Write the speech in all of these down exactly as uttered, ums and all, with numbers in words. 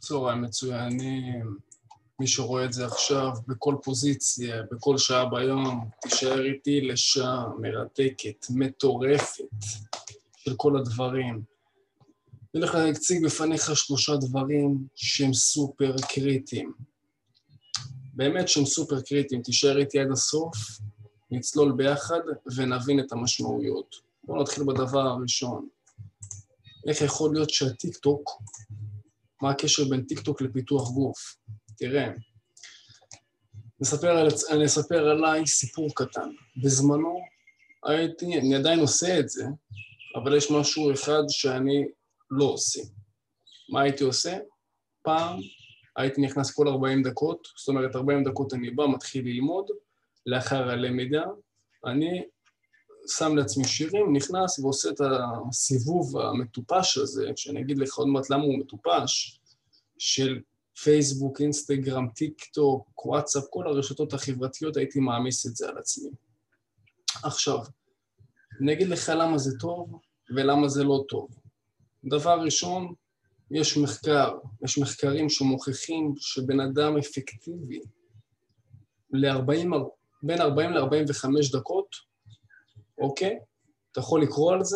צהריים מצוינים, מי שרואה את זה עכשיו בכל פוזיציה, בכל שעה ביום, תישאר איתי לשעה מרתקת, מטורפת של כל הדברים. אני הולך להציג בפניך שלושה דברים שהם סופר קריטיים. באמת שהם סופר קריטיים, תישאר איתי עד הסוף, נצלול ביחד ונבין את המשמעויות. בואו נתחיל בדבר הראשון. איך יכול להיות שהטיקטוק, מה הקשר בין טיקטוק לפיתוח גוף? תראה, נספר, על, אני אספר עליי סיפור קטן. בזמנו הייתי, אני עדיין עושה את זה, אבל יש משהו אחד שאני לא עושה. מה הייתי עושה? פעם הייתי נכנס כל ארבעים דקות, זאת אומרת ארבעים דקות אני בא, מתחיל ללמוד, לאחר הלמידה, אני שם לעצמי שירים, נכנס ועושה את הסיבוב המטופש הזה, שאני אגיד לך עוד מעט למה הוא מטופש, של פייסבוק, אינסטגרם, טיק טוק, וואטסאפ, כל הרשתות החברתיות, הייתי מעמיס את זה על עצמי. עכשיו, אני אגיד לך למה זה טוב ולמה זה לא טוב. דבר ראשון, יש מחקר, יש מחקרים שמוכיחים שבן אדם אפקטיבי ל-ארבעים, בין ארבעים ל-ארבעים וחמש דקות, אוקיי? אתה יכול לקרוא על זה,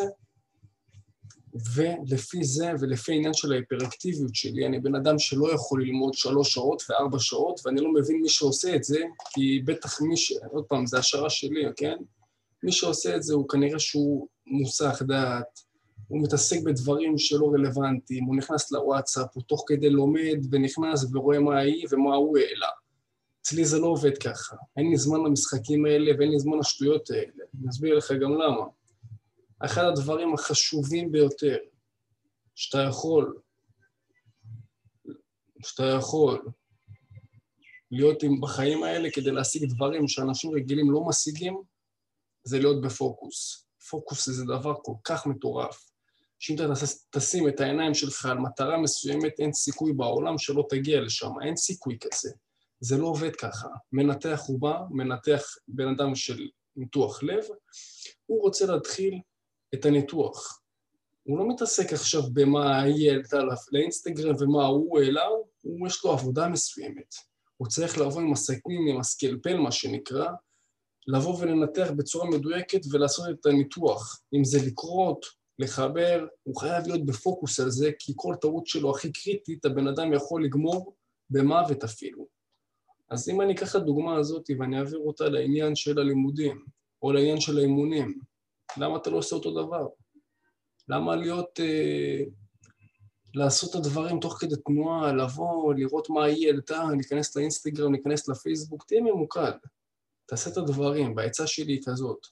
ולפי זה ולפי העניין של ההיפראקטיביות שלי, אני בן אדם שלא יכול ללמוד שלוש שעות וארבע שעות, ואני לא מבין מי שעושה את זה, כי בטח מי ש... עוד פעם, זה השערה שלי, כן? מי שעושה את זה הוא כנראה שהוא מוסך דעת, הוא מתעסק בדברים שלא רלוונטיים, הוא נכנס לוואטסאפ, הוא תוך כדי לומד ונכנס ורואה מה היא ומה הוא העלה. אצלי זה לא עובד ככה. אין לי זמן למשחקים האלה ואין לי זמן לשטויות האלה. אני אסביר לך גם למה. אחד הדברים החשובים ביותר שאתה יכול, שאתה יכול להיות עם בחיים האלה כדי להשיג דברים שאנשים רגילים לא משיגים, זה להיות בפוקוס. פוקוס זה דבר כל כך מטורף, שאם אתה תשים את העיניים שלך על מטרה מסוימת, אין סיכוי בעולם שלא תגיע לשם, אין סיכוי כזה. זה לא עובד ככה. מנתח הוא בא, מנתח בן אדם של ניתוח לב, הוא רוצה להתחיל את הניתוח. הוא לא מתעסק עכשיו במה היא העלתה לאינסטגרם ומה הוא העלה, הוא יש לו עבודה מסוימת. הוא צריך לבוא עם הסכין, עם הסקלפל, מה שנקרא, לבוא ולנתח בצורה מדויקת ולעשות את הניתוח. אם זה לקרות, לחבר, הוא חייב להיות בפוקוס על זה, כי כל טעות שלו הכי קריטית, הבן אדם יכול לגמור במוות אפילו. אז אם אני אקח את הדוגמה הזאת ואני אעביר אותה לעניין של הלימודים, או לעניין של האימונים, למה אתה לא עושה אותו דבר? למה להיות, אה, לעשות את הדברים תוך כדי תנועה, לבוא, לראות מה היא העלתה, להיכנס לאינסטגרם, להיכנס לפייסבוק, תהיה ממוקד. תעשה את הדברים, בעצה שלי היא כזאת.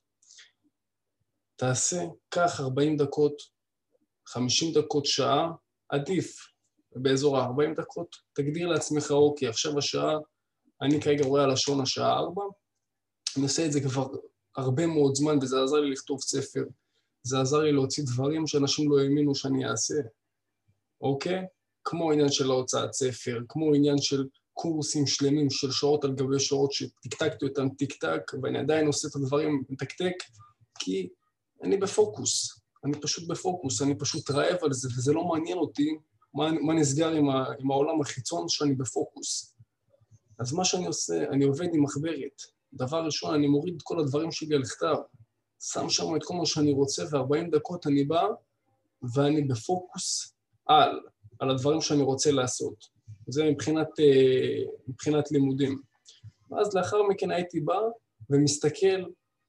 תעשה, קח ארבעים דקות, חמישים דקות, שעה, עדיף באזור ה-ארבעים דקות, תגדיר לעצמך, אוקיי, עכשיו השעה, אני כרגע רואה על השעון השעה ארבע, אני עושה את זה כבר הרבה מאוד זמן, וזה עזר לי לכתוב ספר, זה עזר לי להוציא דברים שאנשים לא האמינו שאני אעשה, אוקיי? כמו העניין של ההוצאת ספר, כמו עניין של קורסים שלמים של שעות על גבי שעות שטקטקתי אותם טיק-טק, ואני עדיין עושה את הדברים מתקתק, כי אני בפוקוס, אני פשוט בפוקוס, אני פשוט רעב על זה, וזה לא מעניין אותי מה, מה נסגר עם, ה, עם העולם החיצון שאני בפוקוס. אז מה שאני עושה, אני עובד עם מחברת. דבר ראשון, אני מוריד את כל הדברים שלי על כתב, שם שם את כל מה שאני רוצה, ו-ארבעים דקות אני בא, ואני בפוקוס על, על הדברים שאני רוצה לעשות. זה מבחינת, מבחינת לימודים. ואז לאחר מכן הייתי בא ומסתכל,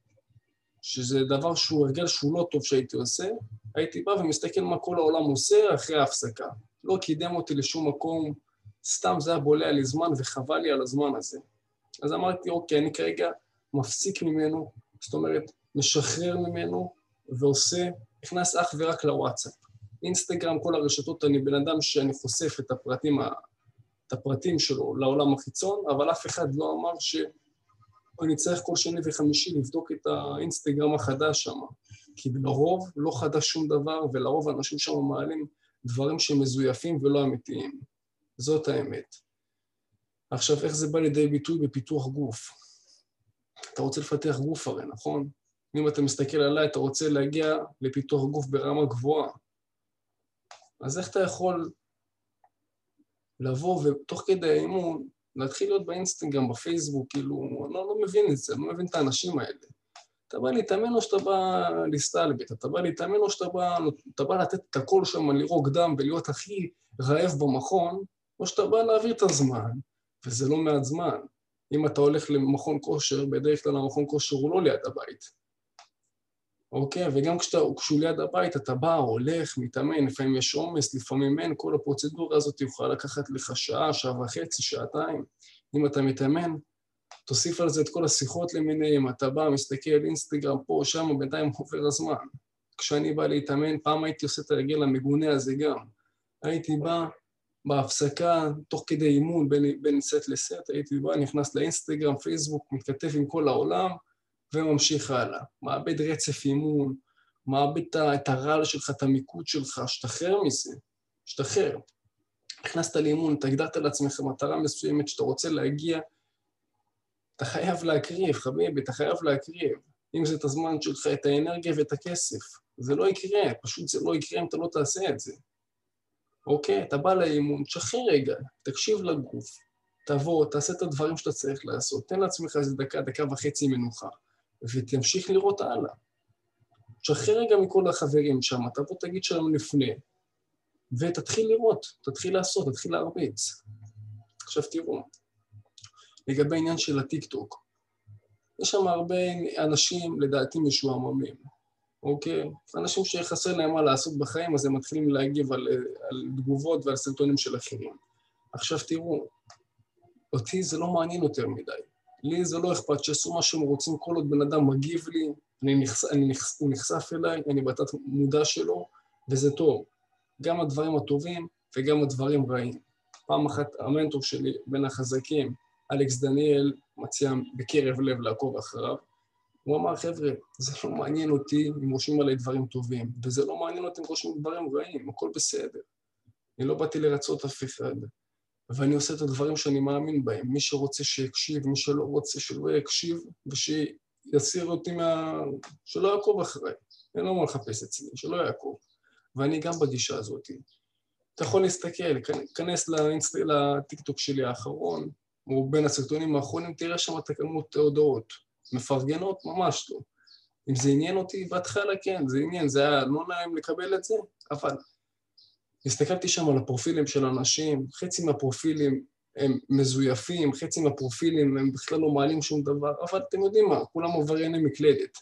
שזה דבר שהוא הרגל שהוא לא טוב שהייתי עושה, הייתי בא ומסתכל מה כל העולם עושה אחרי ההפסקה. לא קידם אותי לשום מקום, סתם זה היה בולע לי זמן וחבל לי על הזמן הזה. אז אמרתי, אוקיי, אני כרגע מפסיק ממנו, זאת אומרת, משחרר ממנו ועושה, נכנס אך ורק לוואטסאפ. אינסטגרם, כל הרשתות, אני בן אדם שאני חושף את הפרטים, את הפרטים שלו לעולם החיצון, אבל אף אחד לא אמר שאני צריך כל שני וחמישי לבדוק את האינסטגרם החדש שם, כי לרוב לא חדש שום דבר, ולרוב האנשים שם מעלים דברים שמזויפים ולא אמיתיים. זאת האמת. עכשיו, איך זה בא לידי ביטוי בפיתוח גוף? אתה רוצה לפתח גוף הרי, נכון? אם אתה מסתכל עליי, אתה רוצה להגיע לפיתוח גוף ברמה גבוהה. אז איך אתה יכול לבוא ותוך כדי האימון, להתחיל להיות באינסטגרם, בפייסבוק, כאילו, אני לא, לא מבין את זה, אני לא מבין את האנשים האלה. אתה בא להתאמן או שאתה בא להסתלבט, אתה בא להתאמן או שאתה בא, אתה בא לתת את הכל שם, לירוק דם ולהיות הכי רעב במכון, או שאתה בא להעביר את הזמן, וזה לא מעט זמן. אם אתה הולך למכון כושר, בדרך כלל המכון כושר הוא לא ליד הבית. אוקיי? וגם כשאתה, כשהוא ליד הבית, אתה בא, הולך, מתאמן, לפעמים יש עומס, לפעמים אין, כל הפרוצדורה הזאת יכולה לקחת לך שעה, שעה וחצי, שעתיים. אם אתה מתאמן, תוסיף על זה את כל השיחות למיניהם, אתה בא, מסתכל על אינסטגרם פה, שם, בינתיים עובר הזמן. כשאני בא להתאמן, פעם הייתי עושה את הרגל המגונה הזה גם. הייתי בא בהפסקה, תוך כדי אימון, בין, בין סט לסט, הייתי בא, נכנס לאינסטגרם, פייסבוק, מתכתב עם כל העולם, וממשיך הלאה. מאבד רצף אימון, מאבד את הרעל שלך, את המיקוד שלך, שתחרר מזה, שתחרר. נכנסת לאימון, אתה הגדרת לעצמך מטרה מסוימת שאתה רוצה להגיע, אתה חייב להקריב, חביבי, אתה חייב להקריב. אם זה את הזמן שלך, את האנרגיה ואת הכסף. זה לא יקרה, פשוט זה לא יקרה אם אתה לא תעשה את זה. אוקיי? אתה בא לאימון, תשחרר רגע, תקשיב לגוף, תבוא, תעשה את הדברים שאתה צריך לעשות, תן לעצמך איזה דקה, דקה וחצי מנוחה, ותמשיך לראות הלאה. תשחרר רגע מכל החברים שם, תבוא תגיד שלום לפני, ותתחיל לראות, תתחיל לעשות, תתחיל להרביץ. עכשיו תראו, לגבי העניין של הטיק-טוק, יש שם הרבה אנשים, לדעתי, משועממים, אוקיי? אנשים שחסר להם מה לעשות בחיים, אז הם מתחילים להגיב על, על תגובות ועל סרטונים של אחרים. עכשיו תראו, אותי זה לא מעניין יותר מדי. לי זה לא אכפת שעשו מה שהם רוצים, כל עוד בן אדם מגיב לי, אני נחש, אני נחש, הוא נחשף אליי, אני בתת מודע שלו, וזה טוב. גם הדברים הטובים וגם הדברים רעים. פעם אחת המנטור שלי, בין החזקים, אלכס דניאל, מציע בקרב לב לעקוב אחריו, הוא אמר, חבר'ה, זה לא מעניין אותי אם רושמים עליי דברים טובים, וזה לא מעניין אותי אם רושמים דברים רעים, הכל בסדר. אני לא באתי לרצות אף אחד, ואני עושה את הדברים שאני מאמין בהם. מי שרוצה שיקשיב, מי שלא רוצה שלא יקשיב, ושיסיר אותי מה... שלא יעקוב אחריי. אני לא מה לחפש אצלי, שלא יעקוב. ואני גם בגישה הזאת. אתה יכול להסתכל, כנס לאינסט... לטיקטוק שלי האחרון, או בין הסרטונים האחרונים, תראה שם את הכמות הודעות. מפרגנות? ממש לא. אם זה עניין אותי, בהתחלה כן, זה עניין, זה היה לא נעים לקבל את זה, אבל הסתכלתי שם על הפרופילים של אנשים, חצי מהפרופילים הם מזויפים, חצי מהפרופילים הם בכלל לא מעלים שום דבר, אבל אתם יודעים מה, כולם עברייני מקלדת.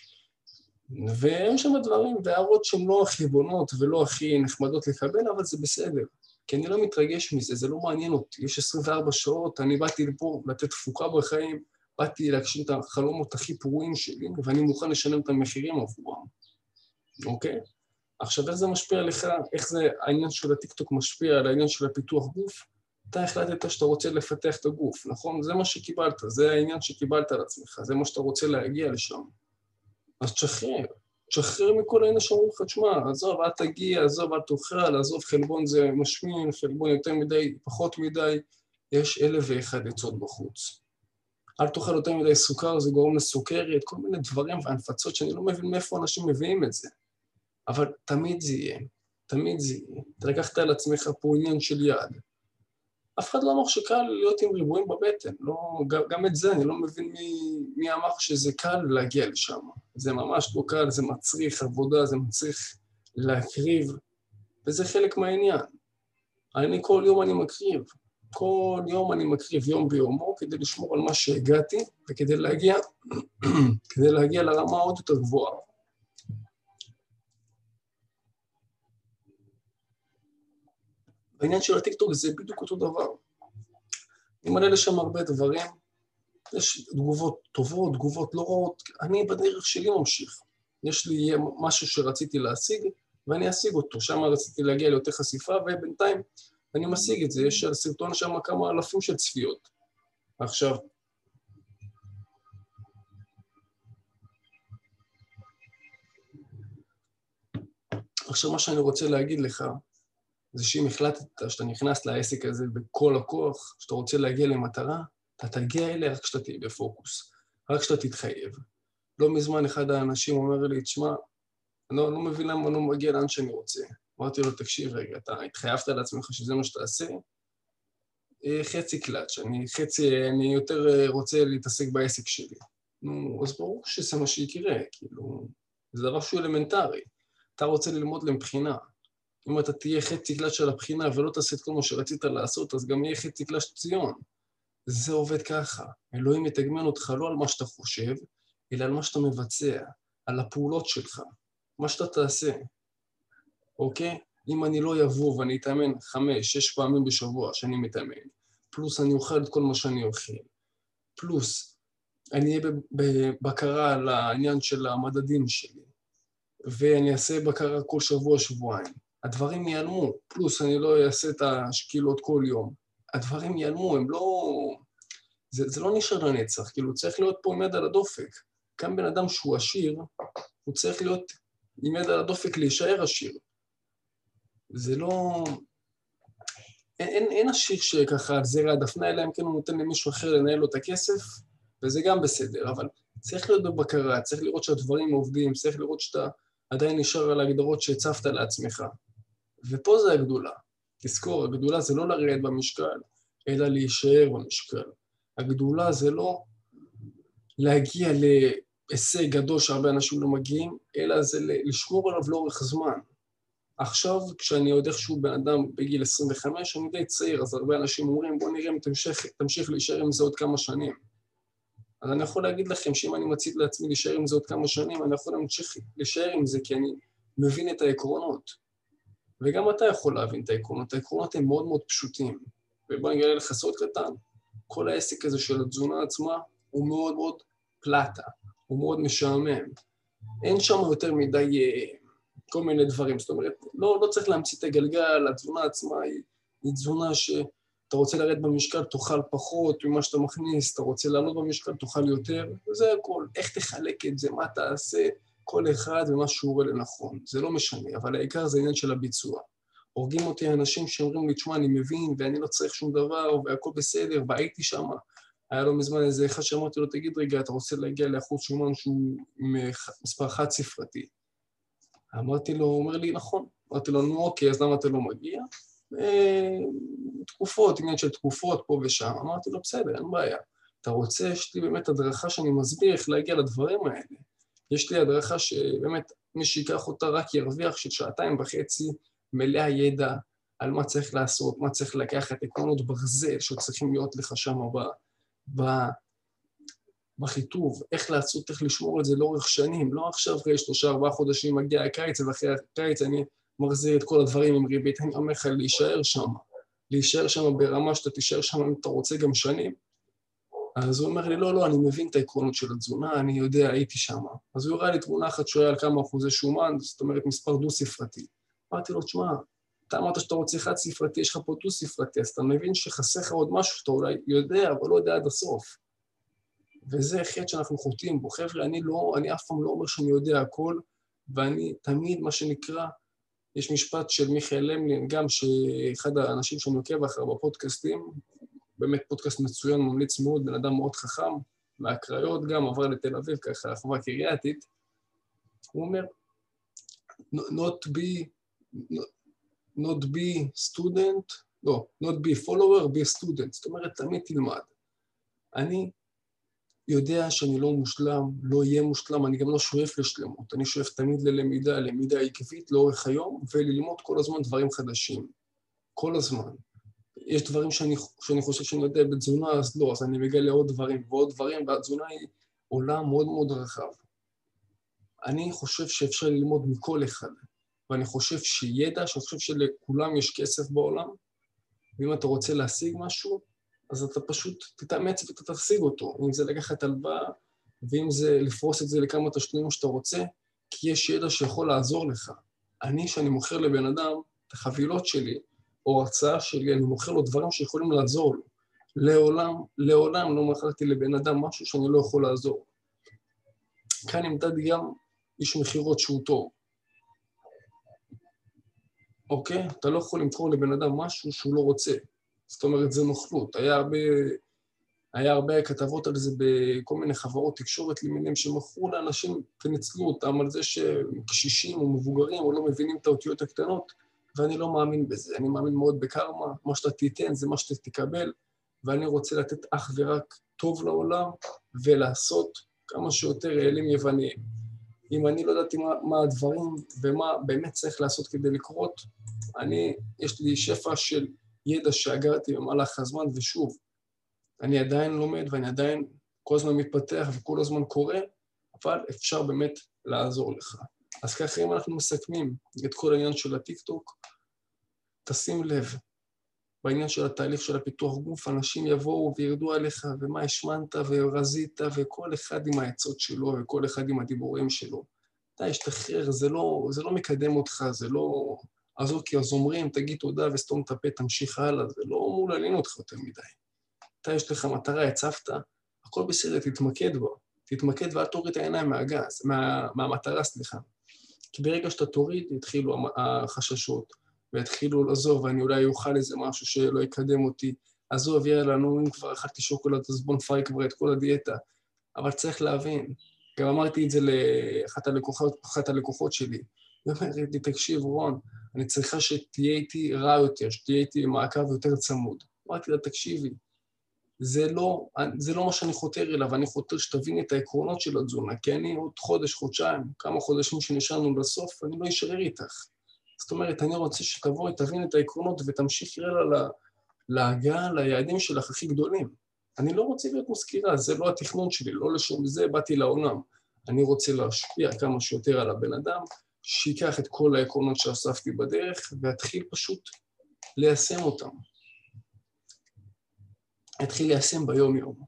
והם שם דברים והערות שהן לא הכי בונות ולא הכי נחמדות לקבל, אבל זה בסדר. כי אני לא מתרגש מזה, זה לא מעניין אותי. יש עשרים וארבע שעות, אני באתי לפה לתת תפוקה בחיים, באתי להגשים את החלומות הכי פרועים שלי, ואני מוכן לשלם את המחירים עבורם. אוקיי? עכשיו, איך זה משפיע עליך? איך זה העניין של הטיקטוק משפיע על העניין של הפיתוח גוף? אתה החלטת שאתה רוצה לפתח את הגוף, נכון? זה מה שקיבלת, זה העניין שקיבלת על עצמך, זה מה שאתה רוצה להגיע לשם. אז תשחרר, תשחרר מכל העניין שאומרים לך, תשמע, עזוב, אל תגיע, עזוב, אל תאכל, עזוב, חלבון זה משמין, חלבון יותר מדי, פחות מדי, יש אלף ואחד עצות בחוץ. אל תאכל יותר מדי סוכר, זה גורם לסוכרת, כל מיני דברים והנפצות שאני לא מבין מאיפה אנשים מביאים את זה. אבל תמיד זה יהיה, תמיד זה יהיה. אתה לקחת על עצמך פה עניין של יד. אף אחד לא אמר שקל להיות עם ריבועים בבטן, לא, גם, גם את זה, אני לא מבין מי, מי אמר שזה קל להגיע לשם. זה ממש לא קל, זה מצריך עבודה, זה מצריך להקריב, וזה חלק מהעניין. אני כל יום אני מקריב, כל יום אני מקריב יום ביומו כדי לשמור על מה שהגעתי, וכדי להגיע, כדי להגיע לרמה עוד יותר גבוהה. בעניין של הטיקטוק זה בדיוק אותו דבר. אני מלא לשם הרבה דברים, יש תגובות טובות, תגובות לא רעות, אני בדרך שלי ממשיך. יש לי משהו שרציתי להשיג, ואני אשיג אותו. שם רציתי להגיע ליותר חשיפה, ובינתיים אני משיג את זה. יש על סרטון שם כמה אלפים של צפיות. עכשיו, עכשיו מה שאני רוצה להגיד לך, זה שאם החלטת שאתה נכנס לעסק הזה בכל הכוח, שאתה רוצה להגיע למטרה, אתה תגיע אליה רק כשאתה תהיה בפוקוס, רק כשאתה תתחייב. לא מזמן אחד האנשים אומר לי, תשמע, אני לא, לא מבין למה אני לא מגיע לאן שאני רוצה. אמרתי לו, תקשיב רגע, אתה התחייבת לעצמך שזה מה שתעשה, חצי קלאץ', אני חצי, אני יותר רוצה להתעסק בעסק שלי. נו, אז ברור שזה מה שיקרה, כאילו, זה דבר שהוא אלמנטרי. אתה רוצה ללמוד לבחינה. אם אתה תהיה חצי קלאץ' של הבחינה ולא תעשה את כל מה שרצית לעשות, אז גם יהיה חצי קלאץ' ציון. זה עובד ככה. אלוהים יתגמל אותך לא על מה שאתה חושב, אלא על מה שאתה מבצע, על הפעולות שלך, מה שאתה תעשה. אוקיי? אם אני לא יבוא ואני אתאמן חמש, שש פעמים בשבוע שאני מתאמן, פלוס אני אוכל את כל מה שאני אוכל, פלוס אני אהיה בבקרה על העניין של המדדים שלי, ואני אעשה בקרה כל שבוע, שבועיים. הדברים ייעלמו, פלוס אני לא אעשה את השקילות כל יום. הדברים ייעלמו, הם לא... זה, זה לא נשאר לנצח, כאילו צריך להיות פה עם יד על הדופק. גם בן אדם שהוא עשיר, הוא צריך להיות עם יד על הדופק להישאר עשיר. זה לא... אין, אין, אין עשיר שככה על זרע הדפנה, אלא אם כן הוא נותן למישהו אחר לנהל לו את הכסף, וזה גם בסדר, אבל צריך להיות בבקרה, צריך לראות שהדברים עובדים, צריך לראות שאתה עדיין נשאר על ההגדרות שהצפת לעצמך. ופה זה הגדולה. תזכור, הגדולה זה לא לרדת במשקל, אלא להישאר במשקל. הגדולה זה לא להגיע להישג גדול שהרבה אנשים לא מגיעים, אלא זה לשמור עליו לאורך זמן. עכשיו, כשאני עוד איכשהו בן אדם בגיל עשרים וחמש, אני די צעיר, אז הרבה אנשים אומרים, בוא נראה אם תמשיך, תמשיך להישאר עם זה עוד כמה שנים. אז אני יכול להגיד לכם שאם אני מציב לעצמי להישאר עם זה עוד כמה שנים, אני יכול להמשיך להישאר עם זה כי אני מבין את העקרונות. וגם אתה יכול להבין את העקרונות. העקרונות הם מאוד מאוד פשוטים. ובוא נגלה לך סוד קטן. כל העסק הזה של התזונה עצמה הוא מאוד מאוד פלטה. הוא מאוד משעמם. אין שם יותר מדי כל מיני דברים. זאת אומרת, לא, לא צריך להמציא את הגלגל. התזונה עצמה היא, היא תזונה ש... אתה רוצה לרדת במשקל, תאכל פחות ממה שאתה מכניס, אתה רוצה לעלות במשקל, תאכל יותר, וזה הכל. איך תחלק את זה, מה תעשה, כל אחד ומה שהוא רואה לנכון. זה לא משנה, אבל העיקר זה עניין של הביצוע. הורגים אותי אנשים שאומרים לי, תשמע, אני מבין, ואני לא צריך שום דבר, והכל בסדר, והייתי שם. היה לו מזמן איזה אחד שאמרתי לו, תגיד רגע, אתה רוצה להגיע לאחוז שומן שהוא מספר חד ספרתי. אמרתי לו, הוא אומר לי, נכון. אמרתי לו, נו אוקיי, אז למה אתה לא מגיע? תקופות, עניין של תקופות פה ושם. אמרתי לו, בסדר, אין בעיה. אתה רוצה, יש לי באמת הדרכה שאני מסביר איך להגיע לדברים האלה. יש לי הדרכה שבאמת מי שיקח אותה רק ירוויח של שעתיים וחצי מלאה ידע על מה צריך לעשות, מה צריך לקחת, עקרונות ברזל שצריכים להיות לך שם ב... בחיתוב, איך לעשות, איך לשמור על זה לאורך שנים, לא עכשיו אחרי שלושה, ארבעה חודשים מגיע הקיץ, ואחרי הקיץ אני מחזיר את כל הדברים עם ריבית, אני אומר לך להישאר שם, להישאר שם ברמה שאתה תישאר שם אם אתה רוצה גם שנים. אז הוא אומר לי, לא, לא, אני מבין את העקרונות של התזונה, אני יודע, הייתי שם. אז הוא הראה לי תמונה אחת שהוא היה על כמה אחוזי שומן, זאת אומרת מספר דו-ספרתי. אמרתי לו, תשמע, אתה אמרת שאתה רוצה חד ספרתי, יש לך פה דו-ספרתי, אז אתה מבין שחסר לך עוד משהו שאתה אולי יודע, אבל לא יודע עד הסוף. וזה חטא שאנחנו חוטאים בו. חבר'ה, אני לא, אני אף פעם לא אומר שאני יודע הכל, ואני תמיד, מה שנקרא, יש משפט של מיכאל למלין, גם שאחד האנשים שאני עוקב אחר בפודקאסטים, באמת פודקאסט מצוין, ממליץ מאוד, בן אדם מאוד חכם, מהקריות גם, עבר לתל אביב, ככה, חברה קרייתית, הוא אומר, not be, not be student, לא, not be follower, be student, זאת אומרת, תמיד תלמד. אני יודע שאני לא מושלם, לא יהיה מושלם, אני גם לא שואף לשלמות, אני שואף תמיד ללמידה, למידה עקבית לאורך היום, וללמוד כל הזמן דברים חדשים, כל הזמן. יש דברים שאני, שאני חושב שאני יודע בתזונה, אז לא, אז אני מגלה עוד דברים ועוד דברים, והתזונה היא עולם מאוד מאוד רחב. אני חושב שאפשר ללמוד מכל אחד, ואני חושב שידע, שאני חושב שלכולם יש כסף בעולם, ואם אתה רוצה להשיג משהו, אז אתה פשוט תתאמץ ואתה תשיג אותו, אם זה לקחת הלוואה, ואם זה לפרוס את זה לכמה תשלומים שאתה רוצה, כי יש ידע שיכול לעזור לך. אני, שאני מוכר לבן אדם, את החבילות שלי, או הרצאה שלי, אני מוכר לו דברים שיכולים לעזור לו. לעולם, לעולם לא מכרתי לבן אדם משהו שאני לא יכול לעזור. כאן נמדד גם איש מחירות שהוא טוב. אוקיי? אתה לא יכול למכור לבן אדם משהו שהוא לא רוצה. זאת אומרת, זה נוכלות. היה הרבה, היה הרבה כתבות על זה בכל מיני חברות תקשורת למינים שמכרו לאנשים וניצלו אותם על זה שקשישים או מבוגרים או לא מבינים את האותיות הקטנות, ואני לא מאמין בזה. אני מאמין מאוד בקרמה, מה שאתה תיתן זה מה שאתה תקבל, ואני רוצה לתת אך ורק טוב לעולם, ולעשות כמה שיותר אלים יווניים. אם אני לא ידעתי מה, מה הדברים ומה באמת צריך לעשות כדי לקרות, אני, יש לי שפע של ידע שאגרתי במהלך הזמן, ושוב, אני עדיין לומד ואני עדיין כל הזמן מתפתח וכל הזמן קורא, אבל אפשר באמת לעזור לך. אז ככה אם אנחנו מסכמים את כל העניין של הטיק-טוק, תשים לב, בעניין של התהליך של הפיתוח גוף, אנשים יבואו וירדו עליך, ומה השמנת ורזית, וכל אחד עם העצות שלו, וכל אחד עם הדיבורים שלו. אתה השתחרר, זה לא, זה לא מקדם אותך, זה לא... אז אוקיי, אז אומרים, תגיד תודה וסתום את הפה, תמשיך הלאה, זה לא אמור להלין אותך יותר מדי. אתה יש לך מטרה, הצבת, הכל בסדר, תתמקד בו. תתמקד ואל תוריד את העיניים מהגז, מה, מהמטרה, סליחה. כי ברגע שאתה תוריד, יתחילו החששות, והתחילו לעזוב, ואני אולי אוכל איזה משהו שלא יקדם אותי. עזוב, יאללה, נו, אם כבר אכלתי שוקולד, אז בוא נפרק כבר את כל הדיאטה. אבל צריך להבין, גם אמרתי את זה לאחת הלקוחות, אחת הלקוחות שלי. היא אומרת לי, תקשיב, רון, אני צריכה שתהיה איתי רע יותר, שתהיה איתי מעקב יותר צמוד. אמרתי לה, תקשיבי, זה לא, זה לא מה שאני חותר אליו, אני חותר שתבין את העקרונות של התזונה, כי אני עוד חודש, חודשיים, כמה חודשים שנשארנו לסוף, אני לא אשאר איתך. זאת אומרת, אני רוצה שתבואי, תבין את העקרונות ותמשיך יאללה להגעה ליעדים שלך הכי גדולים. אני לא רוצה להיות מזכירה, זה לא התכנון שלי, לא לשם זה באתי לעולם. אני רוצה להשפיע כמה שיותר על הבן אדם, שיקח את כל העקרונות שאספתי בדרך, והתחיל פשוט ליישם אותם. התחיל ליישם ביום-יום.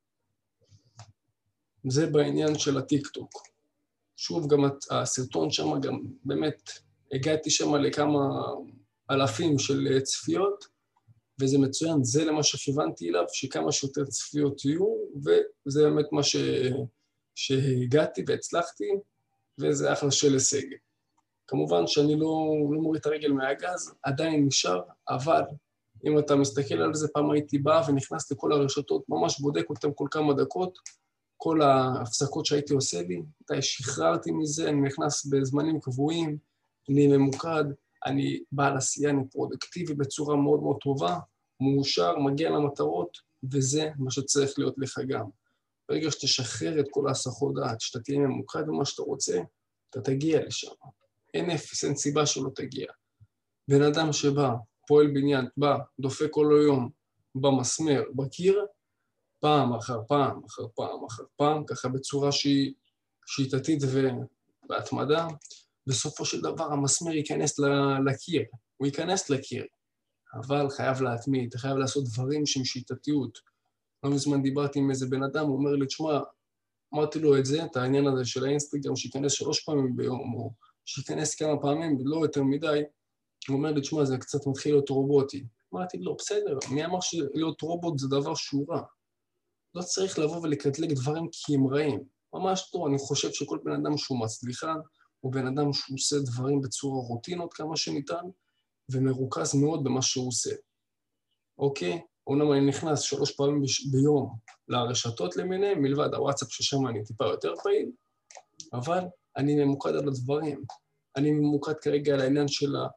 זה בעניין של הטיק-טוק. שוב, גם הסרטון שם, גם באמת הגעתי שם לכמה אלפים של צפיות, וזה מצוין, זה למה שכיוונתי אליו, שכמה שיותר צפיות יהיו, וזה באמת מה ש... שהגעתי והצלחתי, וזה אחלה של הישג. כמובן שאני לא, לא מוריד את הרגל מהגז, עדיין נשאר, אבל אם אתה מסתכל על זה, פעם הייתי בא ונכנס לכל הרשתות, ממש בודק אותם כל כמה דקות, כל ההפסקות שהייתי עושה לי, די שחררתי מזה, אני נכנס בזמנים קבועים, אני ממוקד, אני בעל עשייה, אני פרודקטיבי בצורה מאוד מאוד טובה, מאושר, מגיע למטרות, וזה מה שצריך להיות לך גם. ברגע שתשחרר את כל ההסחות דעת, שאתה תהיה ממוקד במה שאתה רוצה, אתה תגיע לשם. אין אפס, אין סיבה שלא תגיע. בן אדם שבא, פועל בניין, בא, דופק כל היום, במסמר, בקיר, פעם אחר פעם, אחר פעם, אחר פעם, ככה בצורה שהיא שיטתית ובהתמדה, בסופו של דבר המסמר ייכנס לקיר, הוא ייכנס לקיר, אבל חייב להתמיד, חייב לעשות דברים שהם שיטתיות. לא מזמן דיברתי עם איזה בן אדם, הוא אומר לי, תשמע, אמרתי לו את זה, את העניין הזה של האינסטגרם, שייכנס שלוש פעמים ביום, או שייכנס כמה פעמים, לא יותר מדי, הוא אומר לי, תשמע, זה קצת מתחיל להיות רובוטי. אמרתי לו, בסדר, מי אמר שלהיות רובוט זה דבר שהוא רע? לא צריך לבוא ולקטלג דברים כי הם רעים. ממש טוב, אני חושב שכל בן אדם שהוא מצליחן, הוא בן אדם שהוא עושה דברים בצורה רוטינות כמה שניתן, ומרוכז מאוד במה שהוא עושה. אוקיי? אומנם אני נכנס שלוש פעמים ביום לרשתות למיניהם, מלבד הוואטסאפ ששם אני טיפה יותר פעיל, אבל אני ממוקד על הדברים. אני ממוקד כרגע על העניין של, ה...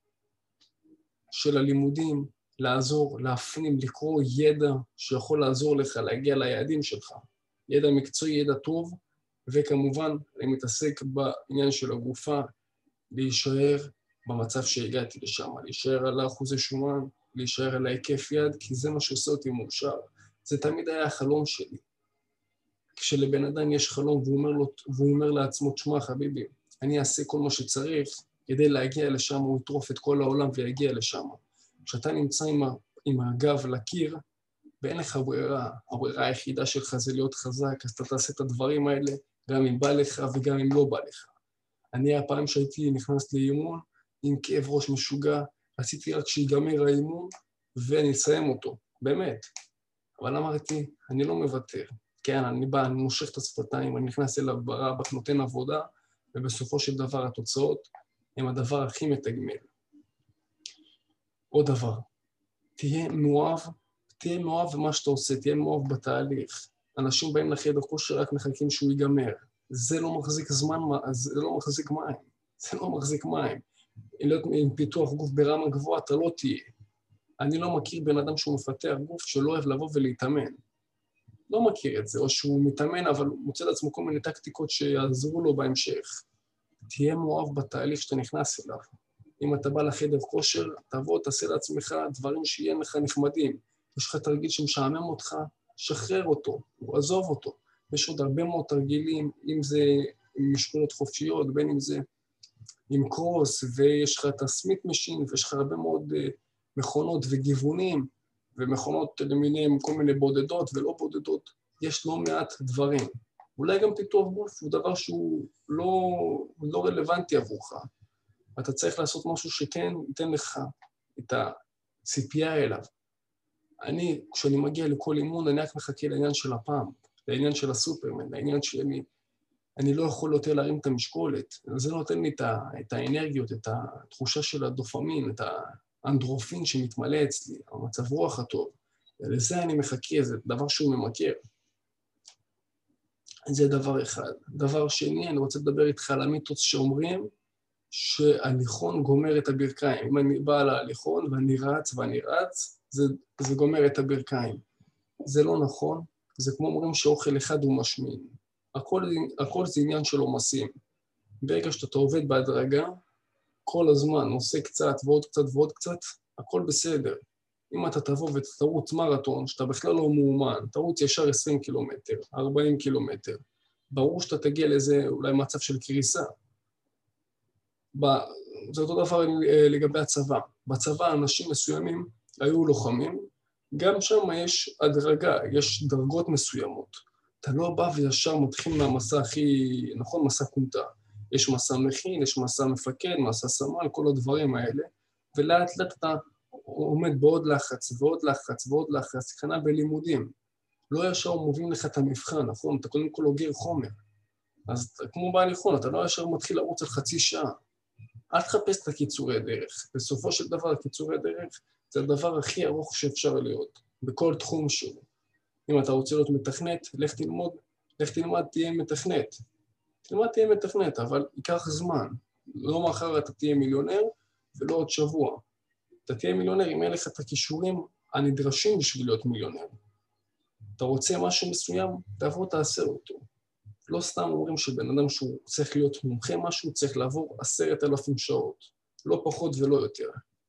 של הלימודים, לעזור, להפנים, לקרוא ידע שיכול לעזור לך להגיע ליעדים שלך. ידע מקצועי, ידע טוב, וכמובן אני מתעסק בעניין של הגופה, להישאר במצב שהגעתי לשם, להישאר על האחוזי שומן, להישאר על ההיקף יד, כי זה מה שעושה אותי מאושר. זה תמיד היה החלום שלי. כשלבן אדם יש חלום והוא אומר, לו, והוא אומר לעצמו, תשמע חביבי, אני אעשה כל מה שצריך כדי להגיע לשם, הוא יטרוף את כל העולם ויגיע לשם. כשאתה נמצא עם, ה, עם הגב לקיר, ואין לך ברירה, הברירה היחידה שלך זה להיות חזק, אז אתה תעשה את הדברים האלה, גם אם בא לך וגם אם לא בא לך. אני הפעם שהייתי נכנס לאימון, עם כאב ראש משוגע, רציתי רק שיגמר האימון, ואני אסיים אותו, באמת. אבל אמרתי, אני לא מוותר. כן, אני בא, אני מושך את השפתיים, אני נכנס אליו ברבק, נותן עבודה, ובסופו של דבר התוצאות הם הדבר הכי מתגמל. עוד דבר, תהיה מאוהב, תהיה מאוהב במה שאתה עושה, תהיה מאוהב בתהליך. אנשים באים לחדר כושר רק מחכים שהוא ייגמר. זה לא מחזיק זמן, זה לא מחזיק מים. זה לא מחזיק מים. עם פיתוח גוף ברמה גבוהה, אתה לא תהיה. אני לא מכיר בן אדם שהוא מפתח גוף שלא אוהב לבוא ולהתאמן. לא מכיר את זה, או שהוא מתאמן, אבל הוא מוצא לעצמו כל מיני טקטיקות שיעזרו לו בהמשך. תהיה מאוהב בתהליך שאתה נכנס אליו. אם אתה בא לחדר כושר, תבוא, תעשה לעצמך דברים שיהיה לך נחמדים. יש לך תרגיל שמשעמם אותך, שחרר אותו, עזוב אותו. יש עוד הרבה מאוד תרגילים, אם זה עם משקולות חופשיות, בין אם זה עם קרוס, ויש לך את הסמית משין, ויש לך הרבה מאוד uh, מכונות וגיוונים, ומכונות למיניהם כל מיני בודדות ולא בודדות. יש לא מעט דברים. אולי גם פיתוח גוף הוא דבר שהוא לא, לא רלוונטי עבורך. אתה צריך לעשות משהו שכן ייתן לך את הציפייה אליו. אני, כשאני מגיע לכל אימון, אני רק מחכה לעניין של הפעם, לעניין של הסופרמן, לעניין שאני אני לא יכול יותר להרים את המשקולת. זה נותן לי את, ה, את האנרגיות, את התחושה של הדופמין, את האנדרופין שמתמלא אצלי, המצב רוח הטוב. ולזה אני מחכה, זה דבר שהוא ממכר. זה דבר אחד. דבר שני, אני רוצה לדבר איתך על המיתוס שאומרים שהליכון גומר את הברכיים. אם אני בא להליכון ואני רץ ואני רץ, זה, זה גומר את הברכיים. זה לא נכון, זה כמו אומרים שאוכל אחד הוא משמין. הכל, הכל זה עניין של עומסים. ברגע שאתה עובד בהדרגה, כל הזמן עושה קצת ועוד קצת ועוד קצת, הכל בסדר. אם אתה תבוא ותרוץ מרתון, שאתה בכלל לא מאומן, תרוץ ישר עשרים קילומטר, ארבעים קילומטר, ברור שאתה תגיע לאיזה אולי מצב של קריסה. זה אותו דבר לגבי הצבא. בצבא אנשים מסוימים היו לוחמים, גם שם יש הדרגה, יש דרגות מסוימות. אתה לא בא וישר מתחיל מהמסע הכי, נכון, מסע קומטה. יש מסע מכין, יש מסע מפקד, מסע סמל, כל הדברים האלה, ולאט לאט אתה עומד בעוד לחץ, ועוד לחץ, ועוד לחץ, כנראה בלימודים. לא ישר מובילים לך את המבחן, נכון? אתה קודם כל אוגר חומר. אז כמו בהליכון, אתה לא ישר מתחיל לרוץ על חצי שעה. אל תחפש את הקיצורי דרך. בסופו של דבר, הקיצורי דרך זה הדבר הכי ארוך שאפשר להיות, בכל תחום שהוא. אם אתה רוצה להיות מתכנת, לך תלמוד, לך תלמד תהיה מתכנת. תלמד תהיה מתכנת, אבל ייקח זמן. לא מחר אתה תהיה מיליונר, ולא עוד שבוע. אתה תהיה מיליונר אם אין לך את הכישורים הנדרשים בשביל להיות מיליונר. אתה רוצה משהו מסוים, תעבור תעשה אותו. לא סתם אומרים שבן אדם שהוא צריך להיות מומחה משהו, צריך לעבור עשרת אלפים שעות. לא פחות ולא יותר.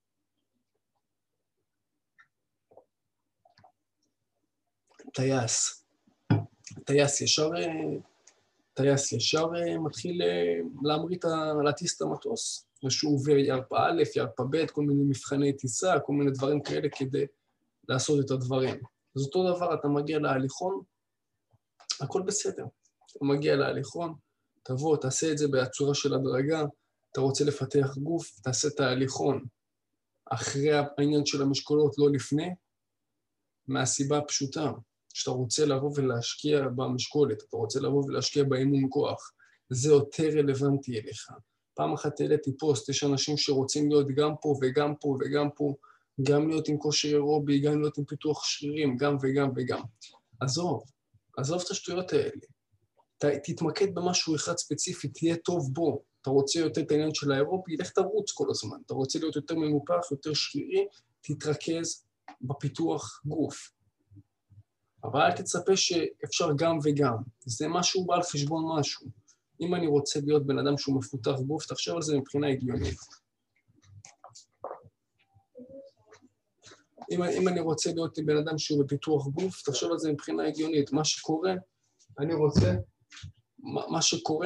טייס. טייס ישר, טייס ישר מתחיל להמריא, להטיס את המטוס. ושהוא עובר ירפא א', ירפא ב', כל מיני מבחני טיסה, כל מיני דברים כאלה כדי לעשות את הדברים. אז אותו דבר, אתה מגיע להליכון, הכל בסדר. אתה מגיע להליכון, תבוא, תעשה את זה בצורה של הדרגה, אתה רוצה לפתח גוף, תעשה את ההליכון אחרי העניין של המשקולות, לא לפני, מהסיבה הפשוטה, שאתה רוצה לבוא ולהשקיע במשקולת, אתה רוצה לבוא ולהשקיע באימון כוח, זה יותר רלוונטי אליך. פעם אחת העליתי פוסט, יש אנשים שרוצים להיות גם פה וגם פה וגם פה, גם להיות עם כושר אירובי, גם להיות עם פיתוח שרירים, גם וגם וגם. עזוב, עזוב את השטויות האלה. ת, תתמקד במשהו אחד ספציפי, תהיה טוב בו. אתה רוצה יותר את העניין של האירובי, לך תרוץ כל הזמן. אתה רוצה להיות יותר מנופח, יותר שרירי, תתרכז בפיתוח גוף. אבל אל תצפה שאפשר גם וגם. זה משהו בא על חשבון משהו. אם אני רוצה להיות בן אדם שהוא מפותח גוף, תחשב על זה מבחינה הגיונית. אם, אם אני רוצה להיות בן אדם שהוא בפיתוח גוף, תחשב על זה מבחינה הגיונית. מה שקורה, אני רוצה, מה, מה שקורה,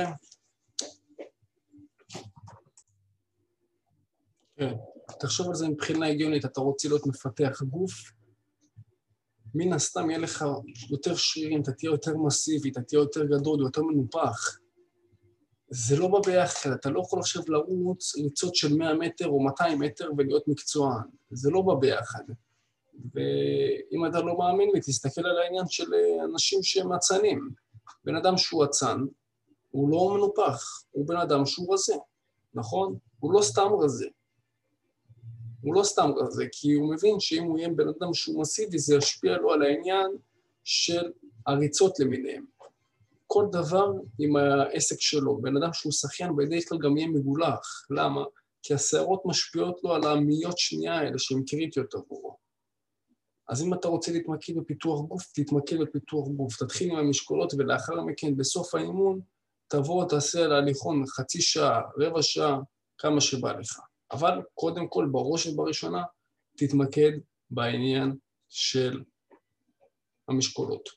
כן, תחשב על זה מבחינה הגיונית, אתה רוצה להיות מפתח גוף, מן הסתם יהיה לך יותר שרירים, אתה תהיה יותר מסיבי, אתה תהיה יותר גדול, יותר מנופח. זה לא בא ביחד, אתה לא יכול עכשיו לרוץ ריצות של מאה מטר או מאתיים מטר ולהיות מקצוען. זה לא בא ביחד. ואם אתה לא מאמין לי, תסתכל על העניין של אנשים שהם עצנים. בן אדם שהוא עצן, הוא לא מנופח, הוא בן אדם שהוא רזה, נכון? הוא לא סתם רזה. הוא לא סתם רזה, כי הוא מבין שאם הוא יהיה בן אדם שהוא מסיבי, זה ישפיע לו על העניין של הריצות למיניהם. כל דבר עם העסק שלו, בן אדם שהוא שחיין בדרך כלל גם יהיה מגולח. למה? כי הסערות משפיעות לו על המאיות שנייה האלה שהן קריטיות עבורו. אז אם אתה רוצה להתמקד בפיתוח גוף, תתמקד בפיתוח גוף. תתחיל עם המשקולות ולאחר מכן בסוף האימון, תבוא, תעשה על ההליכון חצי שעה, רבע שעה, כמה שבא לך. אבל קודם כל, בראש ובראשונה, תתמקד בעניין של המשקולות.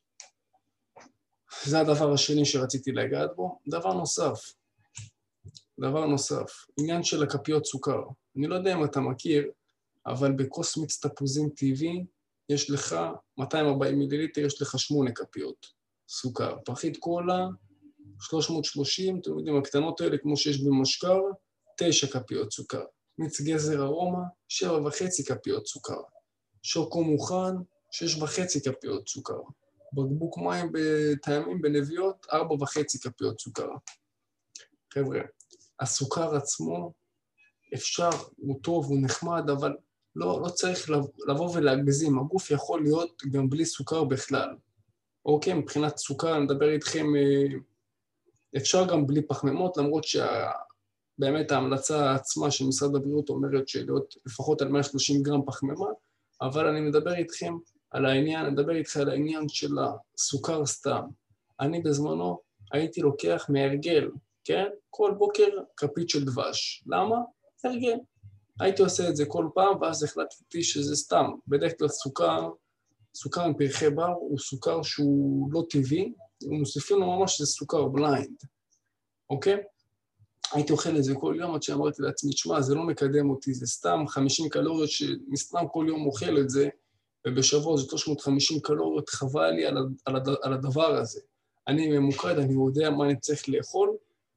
זה הדבר השני שרציתי לגעת בו. דבר נוסף, דבר נוסף, עניין של הכפיות סוכר. אני לא יודע אם אתה מכיר, אבל בקוסמיקס תפוזים טבעי, יש לך מאתיים וארבעים מיליליטר, יש לך שמונה כפיות סוכר. פחית קולה, שלוש מאות ושלושים, אתם יודעים, הקטנות האלה, כמו שיש במשקר, תשע כפיות סוכר. מיץ גזר ארומה, שבע וחצי כפיות סוכר. שוקו מוכן, שש וחצי כפיות סוכר. בקבוק מים בטעמים בנביאות, ארבע וחצי כפיות סוכר. חבר'ה, הסוכר עצמו אפשר, הוא טוב, הוא נחמד, אבל לא, לא צריך לבוא ולהגזים. הגוף יכול להיות גם בלי סוכר בכלל. אוקיי, מבחינת סוכר, אני מדבר איתכם, אפשר גם בלי פחמימות, למרות שבאמת ההמלצה עצמה של משרד הבריאות אומרת שלהיות לפחות על מאה ושלושים גרם פחמימה, אבל אני מדבר איתכם על העניין, אני מדבר איתך על העניין של הסוכר סתם. אני בזמנו הייתי לוקח מהרגל, כן? כל בוקר כפית של דבש. למה? הרגל. הייתי עושה את זה כל פעם, ואז החלטתי שזה סתם. בדרך כלל סוכר, סוכר עם פרחי בר, הוא סוכר שהוא לא טבעי, ומוסיפים לו ממש שזה סוכר בליינד, אוקיי? הייתי אוכל את זה כל יום, עד שאמרתי לעצמי, תשמע, זה לא מקדם אותי, זה סתם חמישים קלוריות שמסתם כל יום אוכל את זה, ובשבוע זה שלוש מאות וחמישים קלוריות, חבל לי על, על, על הדבר הזה. אני ממוקד, אני יודע מה אני צריך לאכול,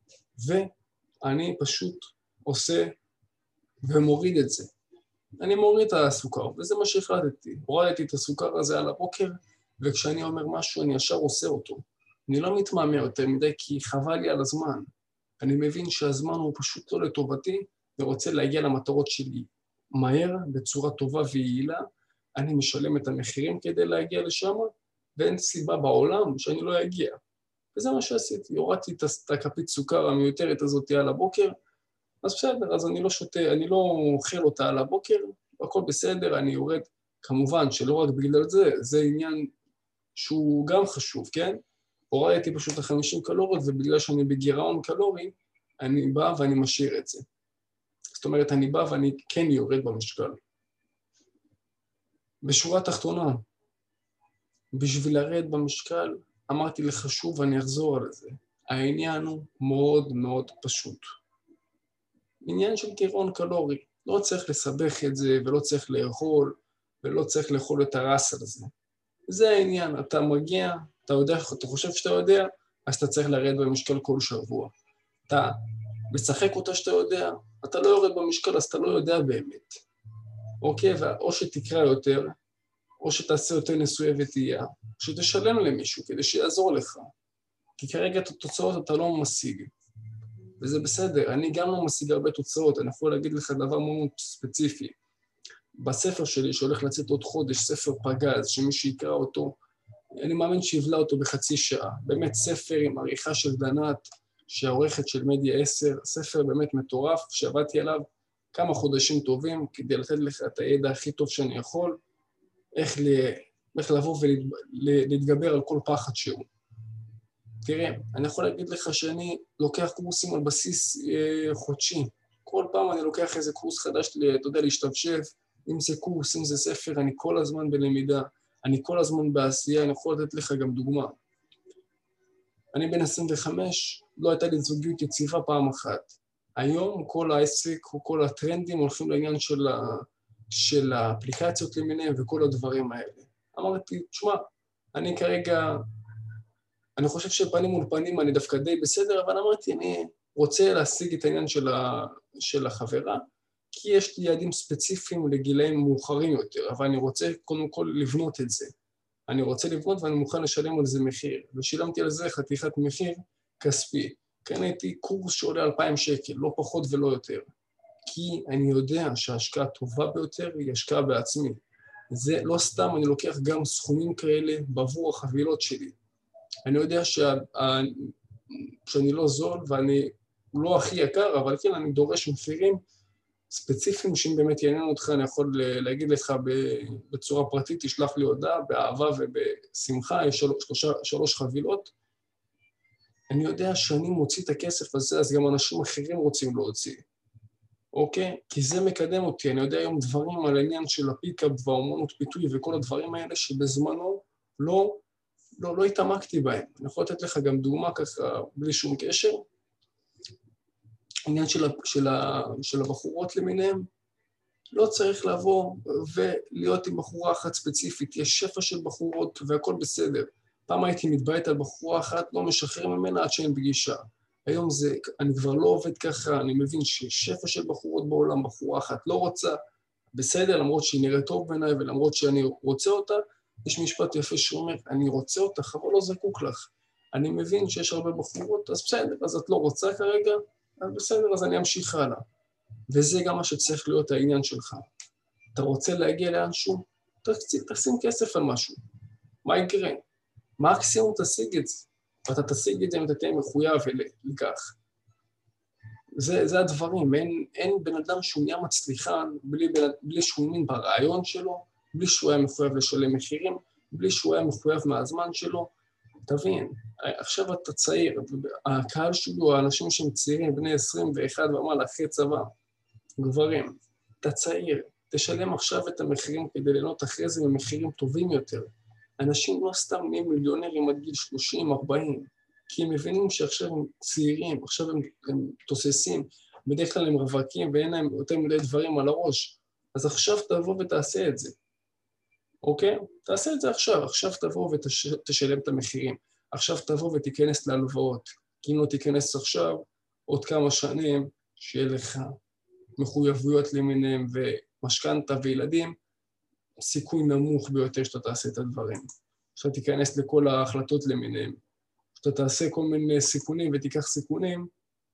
ואני פשוט עושה ומוריד את זה. אני מוריד את הסוכר, וזה מה שהחלטתי. הורדתי את הסוכר הזה על הבוקר, וכשאני אומר משהו, אני ישר עושה אותו. אני לא מתמהמה יותר מדי, כי חבל לי על הזמן. אני מבין שהזמן הוא פשוט לא לטובתי, ורוצה להגיע למטרות שלי מהר, בצורה טובה ויעילה. אני משלם את המחירים כדי להגיע לשם, ואין סיבה בעולם שאני לא אגיע. וזה מה שעשיתי. הורדתי את הכפית סוכר המיותרת הזאת על הבוקר, אז בסדר, אז אני לא שותה, אני לא אוכל אותה על הבוקר, הכל בסדר, אני יורד. כמובן שלא רק בגלל זה, זה עניין שהוא גם חשוב, כן? הורדתי פשוט ל-חמישים קלוריות, ובגלל שאני בגירעון קלורי, אני בא ואני משאיר את זה. זאת אומרת, אני בא ואני כן יורד במשקל. בשורה התחתונה, בשביל לרד במשקל, אמרתי לך שוב ואני אחזור על זה. העניין הוא מאוד מאוד פשוט. עניין של גירעון קלורי. לא צריך לסבך את זה, ולא צריך לאכול, ולא צריך לאכול את הרס על זה. זה העניין. אתה מגיע, אתה יודע, אתה חושב שאתה יודע, אז אתה צריך לרד במשקל כל שבוע. אתה משחק אותה שאתה יודע, אתה לא יורד במשקל, אז אתה לא יודע באמת. אוקיי? או שתקרא יותר, או שתעשה יותר ניסויי וטעייה, שתשלם למישהו כדי שיעזור לך. כי כרגע את התוצאות אתה לא משיג. וזה בסדר, אני גם לא משיג הרבה תוצאות, אני יכול להגיד לך דבר מאוד ספציפי. בספר שלי, שהולך לצאת עוד חודש, ספר פגז, שמי שיקרא אותו, אני מאמין שיבלה אותו בחצי שעה. באמת ספר עם עריכה של דנת, שהעורכת של מדיה עשר, ספר באמת מטורף, שעבדתי עליו כמה חודשים טובים, כדי לתת לך את הידע הכי טוב שאני יכול, איך, ל... איך לבוא ולהתגבר על כל פחד שהוא. תראה, אני יכול להגיד לך שאני לוקח קורסים על בסיס אה, חודשי. כל פעם אני לוקח איזה קורס חדש, אתה יודע, להשתפשף, אם זה קורס, אם זה ספר, אני כל הזמן בלמידה, אני כל הזמן בעשייה, אני יכול לתת לך גם דוגמה. אני בן עשרים וחמש, לא הייתה לי זוגיות יציבה פעם אחת. היום כל העסק, כל הטרנדים הולכים לעניין של, ה... של האפליקציות למיניהם וכל הדברים האלה. אמרתי, תשמע, אני כרגע... אני חושב שפנים מול פנים אני דווקא די בסדר, אבל אמרתי, אני רוצה להשיג את העניין של, ה... של החברה, כי יש לי יעדים ספציפיים לגילאים מאוחרים יותר, אבל אני רוצה קודם כל לבנות את זה. אני רוצה לבנות ואני מוכן לשלם על זה מחיר, ושילמתי על זה חתיכת מחיר כספי. קניתי קורס שעולה אלפיים שקל, לא פחות ולא יותר, כי אני יודע שההשקעה הטובה ביותר היא השקעה בעצמי. זה לא סתם, אני לוקח גם סכומים כאלה בעבור החבילות שלי. אני יודע שה... שאני לא זול ואני לא הכי יקר, אבל כן, אני דורש מחירים ספציפיים שאם באמת יעניין אותך, אני יכול להגיד לך בצורה פרטית, תשלח לי הודעה, באהבה ובשמחה, יש שלוש, שלוש חבילות. אני יודע שאני מוציא את הכסף הזה, אז גם אנשים אחרים רוצים להוציא. אוקיי? כי זה מקדם אותי. אני יודע היום דברים על העניין של הפיקאפ והאומנות פיתוי וכל הדברים האלה שבזמנו לא, לא, לא התעמקתי בהם. אני יכול לתת לך גם דוגמה ככה בלי שום קשר. העניין של, של, של הבחורות למיניהם, לא צריך לבוא ולהיות עם בחורה אחת ספציפית. יש שפע של בחורות והכל בסדר. פעם הייתי מתבייט על בחורה אחת, לא משחרר ממנה עד שאין פגישה. היום זה, אני כבר לא עובד ככה, אני מבין ששפע של בחורות בעולם, בחורה אחת לא רוצה, בסדר, למרות שהיא נראית טוב בעיניי, ולמרות שאני רוצה אותה, יש משפט יפה שאומר, אני רוצה אותך, אבל לא זקוק לך. אני מבין שיש הרבה בחורות, אז בסדר, אז את לא רוצה כרגע, אז בסדר, אז אני אמשיך הלאה. וזה גם מה שצריך להיות העניין שלך. אתה רוצה להגיע לאנשהו? תשים כסף על משהו. מה יקרה? מקסימום תשיג את זה. ואתה תשיג את זה אם אתה תהיה מחויב לכך. זה, זה הדברים. אין, אין בן אדם שהוא נהיה מצליחן בלי, בלי שהוא מין ברעיון שלו, בלי שהוא היה מחויב לשלם מחירים, בלי שהוא היה מחויב מהזמן שלו. תבין, עכשיו אתה צעיר, הקהל שלו, האנשים שהם צעירים, בני עשרים ואחת ומעלה, אחרי צבא, גברים, אתה צעיר, תשלם עכשיו את המחירים כדי ליהנות אחרי זה במחירים טובים יותר. אנשים לא סתם נהיים מיליונרים עד גיל שלושים ארבעים, כי הם מבינים שעכשיו הם צעירים, עכשיו הם, הם תוססים, בדרך כלל הם רווקים ואין להם יותר מדי דברים על הראש, אז עכשיו תבוא ותעשה את זה, אוקיי? תעשה את זה עכשיו, עכשיו תבוא ותשלם את המחירים, עכשיו תבוא ותיכנס להלוואות, כי אם לא תיכנס עכשיו, עוד כמה שנים, שיהיה לך מחויבויות למיניהם ומשכנתה וילדים, סיכוי נמוך ביותר שאתה תעשה את הדברים. שאתה תיכנס לכל ההחלטות למיניהם. שאתה תעשה כל מיני סיכונים ותיקח סיכונים,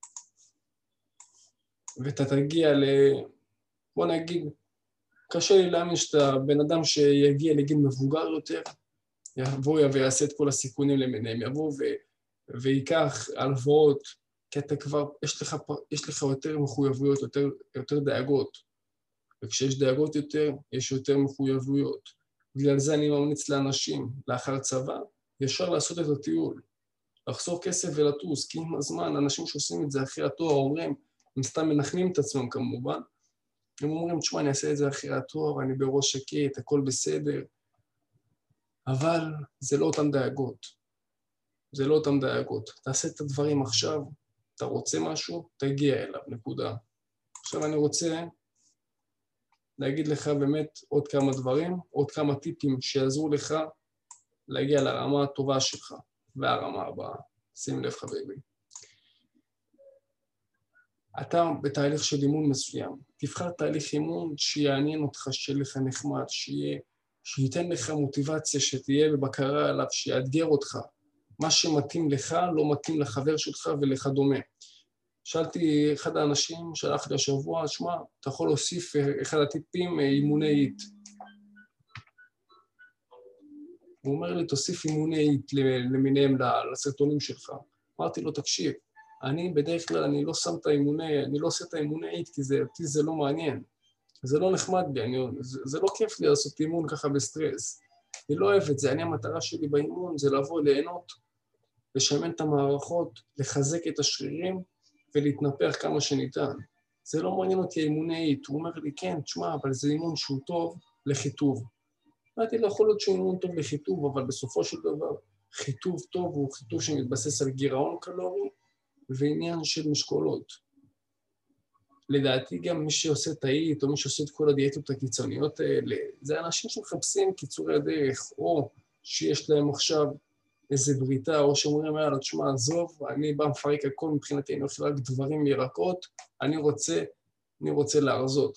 ואתה תגיע ל... בוא נגיד, קשה לי להאמין שאתה בן אדם שיגיע לגיל מבוגר יותר, יבוא ויעשה את כל הסיכונים למיניהם, יבוא ו... ויקח הלוואות, כי אתה כבר, יש לך, יש לך יותר מחויבויות, יותר, יותר דאגות. וכשיש דאגות יותר, יש יותר מחויבויות. בגלל זה אני ממליץ לאנשים, לאחר צבא, ישר לעשות את הטיול. לחסוך כסף ולטוס, כי עם הזמן, אנשים שעושים את זה אחרי התואר, אומרים, הם סתם מנחמים את עצמם כמובן, הם אומרים, תשמע, אני אעשה את זה אחרי התואר, אני בראש שקט, הכל בסדר, אבל זה לא אותם דאגות. זה לא אותם דאגות. תעשה את הדברים עכשיו, אתה רוצה משהו, תגיע אליו, נקודה. עכשיו אני רוצה להגיד לך באמת עוד כמה דברים, עוד כמה טיפים שיעזרו לך להגיע לרמה הטובה שלך, והרמה הבאה. שים לב חביבי. אתה בתהליך של אימון מסוים, תבחר תהליך אימון שיעניין אותך, שיהיה לך נחמד, שיה, שייתן לך מוטיבציה, שתהיה בבקרה עליו, שיאתגר אותך. מה שמתאים לך לא מתאים לחבר שלך ולכדומה. שאלתי אחד האנשים, שלח לי השבוע, שמע, אתה יכול להוסיף אחד הטיפים, אימוני איט. הוא אומר לי, תוסיף אימוני איט למיניהם לסרטונים שלך. אמרתי לו, תקשיב, אני בדרך כלל, אני לא שם את האימוני, אני לא עושה את האימוני איט, כי זה, אותי זה לא מעניין. זה לא נחמד לי, אני, זה, זה לא כיף לי לעשות אימון ככה בסטרס. אני לא אוהב את זה, אני המטרה שלי באימון זה לבוא ליהנות, לשמן את המערכות, לחזק את השרירים, ולהתנפח כמה שניתן. זה לא מעניין אותי האימוני איט. הוא אומר לי, כן, תשמע, אבל זה אימון שהוא טוב לחיטוב. אמרתי, לא יכול להיות שהוא אימון טוב לחיטוב, אבל בסופו של דבר, חיטוב טוב הוא חיטוב שמתבסס על גירעון קלורי, ועניין של משקולות. לדעתי גם מי שעושה את האיט, או מי שעושה את כל הדיאטות הקיצוניות האלה, זה אנשים שמחפשים קיצורי הדרך, או שיש להם עכשיו איזה בריתה, או שאומרים, יאללה, תשמע, עזוב, אני בא מפרק הכל מבחינתי, אני אוכל רק דברים ירקות, אני רוצה, אני רוצה להרזות.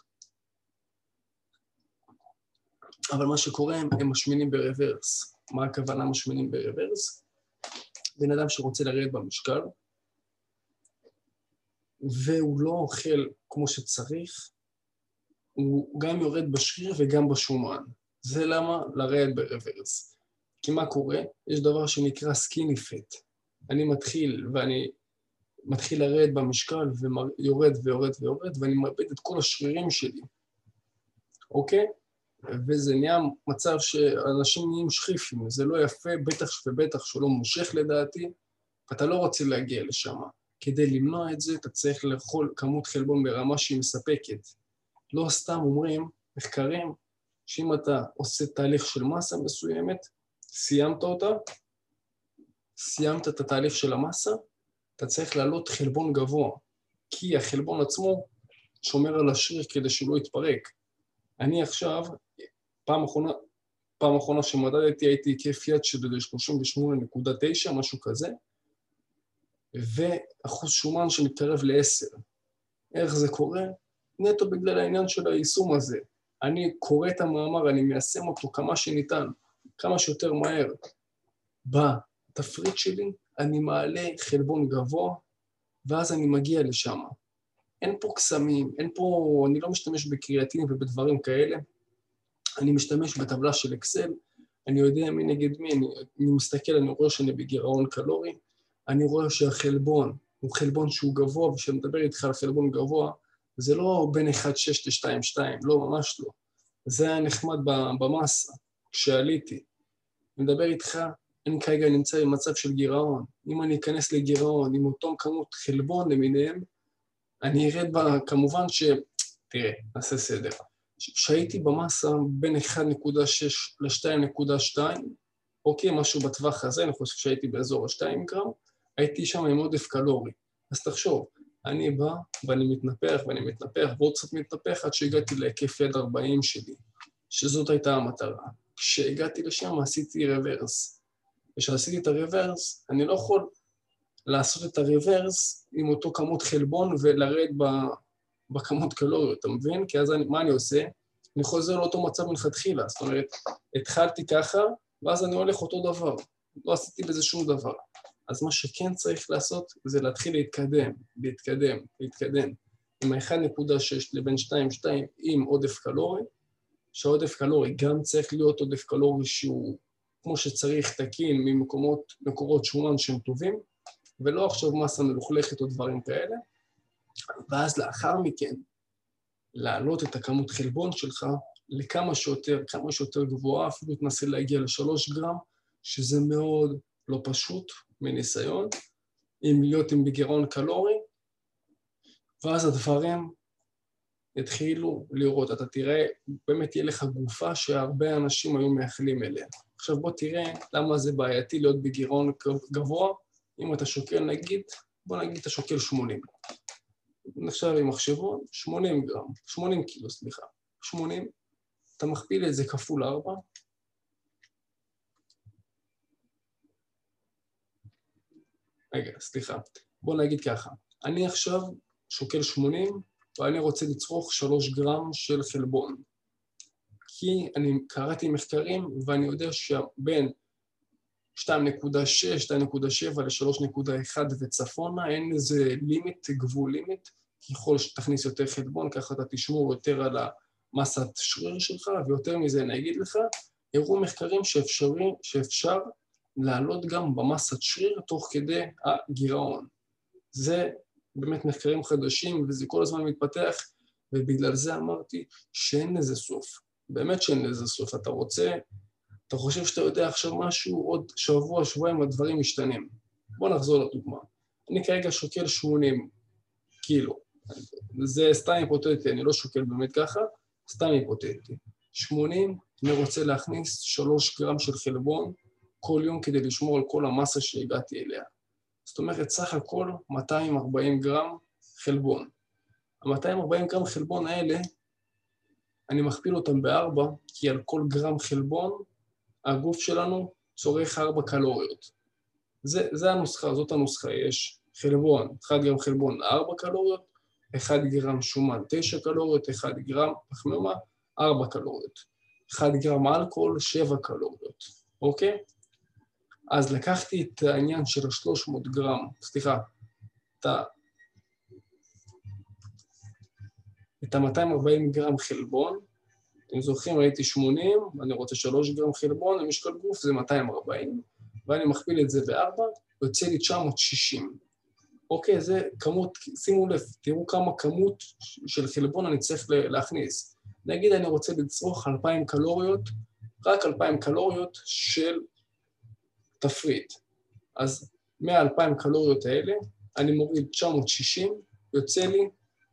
אבל מה שקורה, הם משמינים ברוורס. מה הכוונה משמינים ברוורס? בן אדם שרוצה לרדת במשקל, והוא לא אוכל כמו שצריך, הוא גם יורד בשריר וגם בשומן. זה למה? לרדת ברוורס. כי מה קורה? יש דבר שנקרא סקיני פט. אני מתחיל ואני מתחיל לרדת במשקל ויורד ויורד ויורד, ואני מאבד את כל השרירים שלי, אוקיי? וזה נהיה מצב שאנשים נהיים שכיפים, זה לא יפה, בטח ובטח שלא מושך לדעתי, אתה לא רוצה להגיע לשם. כדי למנוע את זה, אתה צריך לאכול כמות חלבון ברמה שהיא מספקת. לא סתם אומרים, מחקרים, שאם אתה עושה תהליך של מסה מסוימת, סיימת אותה, סיימת את התהליך של המסה, אתה צריך לעלות חלבון גבוה, כי החלבון עצמו שומר על השריר כדי שלא יתפרק. אני עכשיו, פעם אחרונה, פעם אחרונה שמדדתי הייתי היקף יד של שלושים ושמונה נקודה תשע, משהו כזה, ואחוז שומן שמתקרב ל-עשר. איך זה קורה? נטו בגלל העניין של היישום הזה. אני קורא את המאמר, אני מיישם אותו כמה שניתן, כמה שיותר מהר. בתפריט שלי אני מעלה חלבון גבוה, ואז אני מגיע לשם. אין פה קסמים, אין פה, אני לא משתמש בקריאטין ובדברים כאלה, אני משתמש בטבלה של אקסל, אני יודע מי נגד מי, אני, אני מסתכל, אני רואה שאני בגירעון קלורי, אני רואה שהחלבון הוא חלבון שהוא גבוה, וכשאני מדבר איתך על חלבון גבוה, זה לא בין אחת נקודה שש ל-שתיים נקודה שתיים, לא, ממש לא. זה היה נחמד במסה, כשעליתי. אני מדבר איתך, אני כרגע נמצא במצב של גירעון. אם אני אכנס לגירעון עם אותו כמות חלבון למיניהם, אני ארד בה, כמובן ש... תראה, נעשה סדר. כשהייתי במסה בין אחת נקודה שש ל-שתיים נקודה שתיים, אוקיי, משהו בטווח הזה, אני חושב שהייתי באזור ה-שתיים גרם, הייתי שם עם עודף קלורי. אז תחשוב, אני בא ואני מתנפח ואני מתנפח ועוד קצת מתנפח עד שהגעתי להיקף יד ארבעים שלי, שזאת הייתה המטרה. כשהגעתי לשם עשיתי רוורס. וכשעשיתי את הרוורס, אני לא יכול לעשות את הרוורס עם אותו כמות חלבון ולרד בכמות קלוריות, אתה מבין? כי אז אני, מה אני עושה? אני חוזר לאותו מצב מלכתחילה, זאת אומרת, התחלתי ככה, ואז אני הולך אותו דבר. לא עשיתי בזה שום דבר. אז מה שכן צריך לעשות זה להתחיל להתקדם, להתקדם, להתקדם. עם ה-אחת נקודה שש לבין שתיים נקודה שתיים עם עודף קלורי, שהעודף קלורי גם צריך להיות עודף קלורי שהוא כמו שצריך תקין ממקומות, מקורות שומן שהם טובים, ולא עכשיו מסה מלוכלכת או דברים כאלה, ואז לאחר מכן להעלות את הכמות חלבון שלך לכמה שיותר, כמה שיותר גבוהה, אפילו תנסה להגיע לשלוש גרם, שזה מאוד לא פשוט מניסיון, אם להיות עם בגירעון קלורי, ואז הדברים יתחילו לראות. אתה תראה, באמת יהיה לך גופה שהרבה אנשים היו מייחלים אליה. עכשיו בוא תראה למה זה בעייתי להיות בגירעון גבוה, אם אתה שוקל נגיד, בוא נגיד אתה שוקל שמונים. עכשיו עם מחשבון, שמונים גרם, שמונים קילו, סליחה, שמונים, אתה מכפיל את זה כפול ארבע, רגע, סליחה, בוא נגיד ככה, אני עכשיו שוקל שמונים, ואני רוצה לצרוך שלוש גרם של חלבון. כי אני קראתי מחקרים, ואני יודע שבין שתיים נקודה שש, שתיים נקודה שבע ל-שלוש נקודה אחת וצפונה, אין איזה לימיט, גבול לימיט, ככל שתכניס יותר חלבון, ככה אתה תשמור יותר על המסת שריר שלך, ויותר מזה אני אגיד לך, הראו מחקרים שאפשרי, שאפשר לעלות גם במסת שריר תוך כדי הגירעון. זה באמת מחקרים חדשים, וזה כל הזמן מתפתח, ובגלל זה אמרתי שאין לזה סוף. באמת שאין לזה סוף. אתה רוצה, אתה חושב שאתה יודע עכשיו משהו, עוד שבוע, שבועיים, הדברים משתנים. בוא נחזור לדוגמה. אני כרגע שוקל שמונים קילו. זה סתם היפותטי, אני לא שוקל באמת ככה, סתם היפותטי. שמונים, אני רוצה להכניס שלוש גרם של חלבון כל יום כדי לשמור על כל המסה שהגעתי אליה. זאת אומרת, סך הכל מאתיים וארבעים גרם חלבון. ה-מאתיים וארבעים גרם חלבון האלה, אני מכפיל אותם בארבע, כי על כל גרם חלבון, הגוף שלנו צורך ארבע קלוריות. זה, זה הנוסחה, זאת הנוסחה, יש חלבון, אחד גרם חלבון, ארבע קלוריות, אחד גרם שומן, תשע קלוריות, אחד גרם פחמימה, ארבע קלוריות. אחד גרם אלכוהול, שבע קלוריות, אוקיי? אז לקחתי את העניין של ה-שלוש מאות גרם, סליחה, את ה... את ה-מאתיים וארבעים גרם חלבון, אתם זוכרים, ראיתי שמונים, אני רוצה שלוש גרם חלבון, המשקל גוף זה מאתיים וארבעים, ואני מכפיל את זה ב-ארבע, יוצא לי תשע מאות שישים, אוקיי, זה כמות, שימו לב, תראו כמה כמות של חלבון אני צריך להכניס. נגיד אני רוצה לצרוך אלפיים קלוריות, רק אלפיים קלוריות של תפריט. אז מה-אלפיים קלוריות האלה, אני מוריד תשע מאות ושישים, יוצא לי,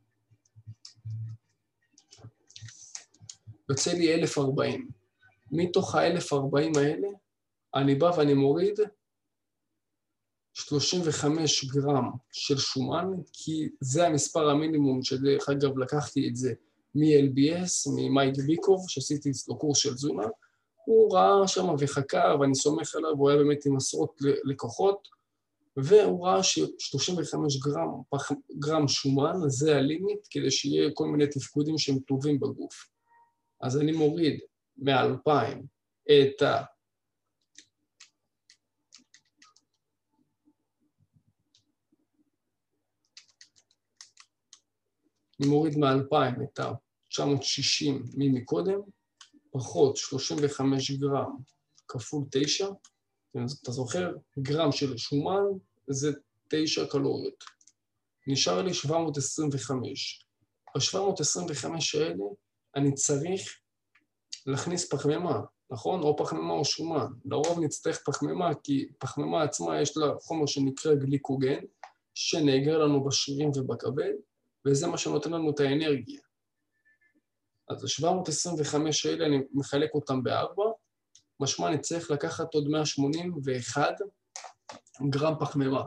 יוצא לי אלף וארבעים. מתוך ה-אלף וארבעים האלה, אני בא ואני מוריד שלושים וחמישה גרם של שומן, כי זה המספר המינימום שדרך אגב לקחתי את זה מ-אל בי אס, ממייק ביקוב, שעשיתי אצלו קורס של תזונה, הוא ראה שם וחקר, ואני סומך עליו, הוא היה באמת עם עשרות לקוחות, והוא ראה ש-שלושים וחמישה גרם, גרם שומן, זה הלימיט, כדי שיהיה כל מיני תפקודים שהם טובים בגוף. אז אני מוריד מ-אלפיים את ה... אני מוריד מ-אלפיים את ה-תשע מאות ושישים ממקודם, פחות שלושים וחמישה גרם כפול תשע, אתה זוכר? גרם של שומן זה תשע קלוריות. נשאר לי שבע מאות עשרים וחמש. ב-שבע מאות עשרים וחמש האלה אני צריך להכניס פחמימה, נכון? או פחמימה או שומן. לרוב נצטרך פחמימה, כי פחמימה עצמה יש לה חומר שנקרא גליקוגן, שנאגר לנו בשרירים ובכבד, וזה מה שנותן לנו את האנרגיה. אז ה-שבע מאות עשרים וחמש האלה אני מחלק אותם בארבע, משמע אני צריך לקחת עוד מאה שמונים ואחד גרם פחמימה.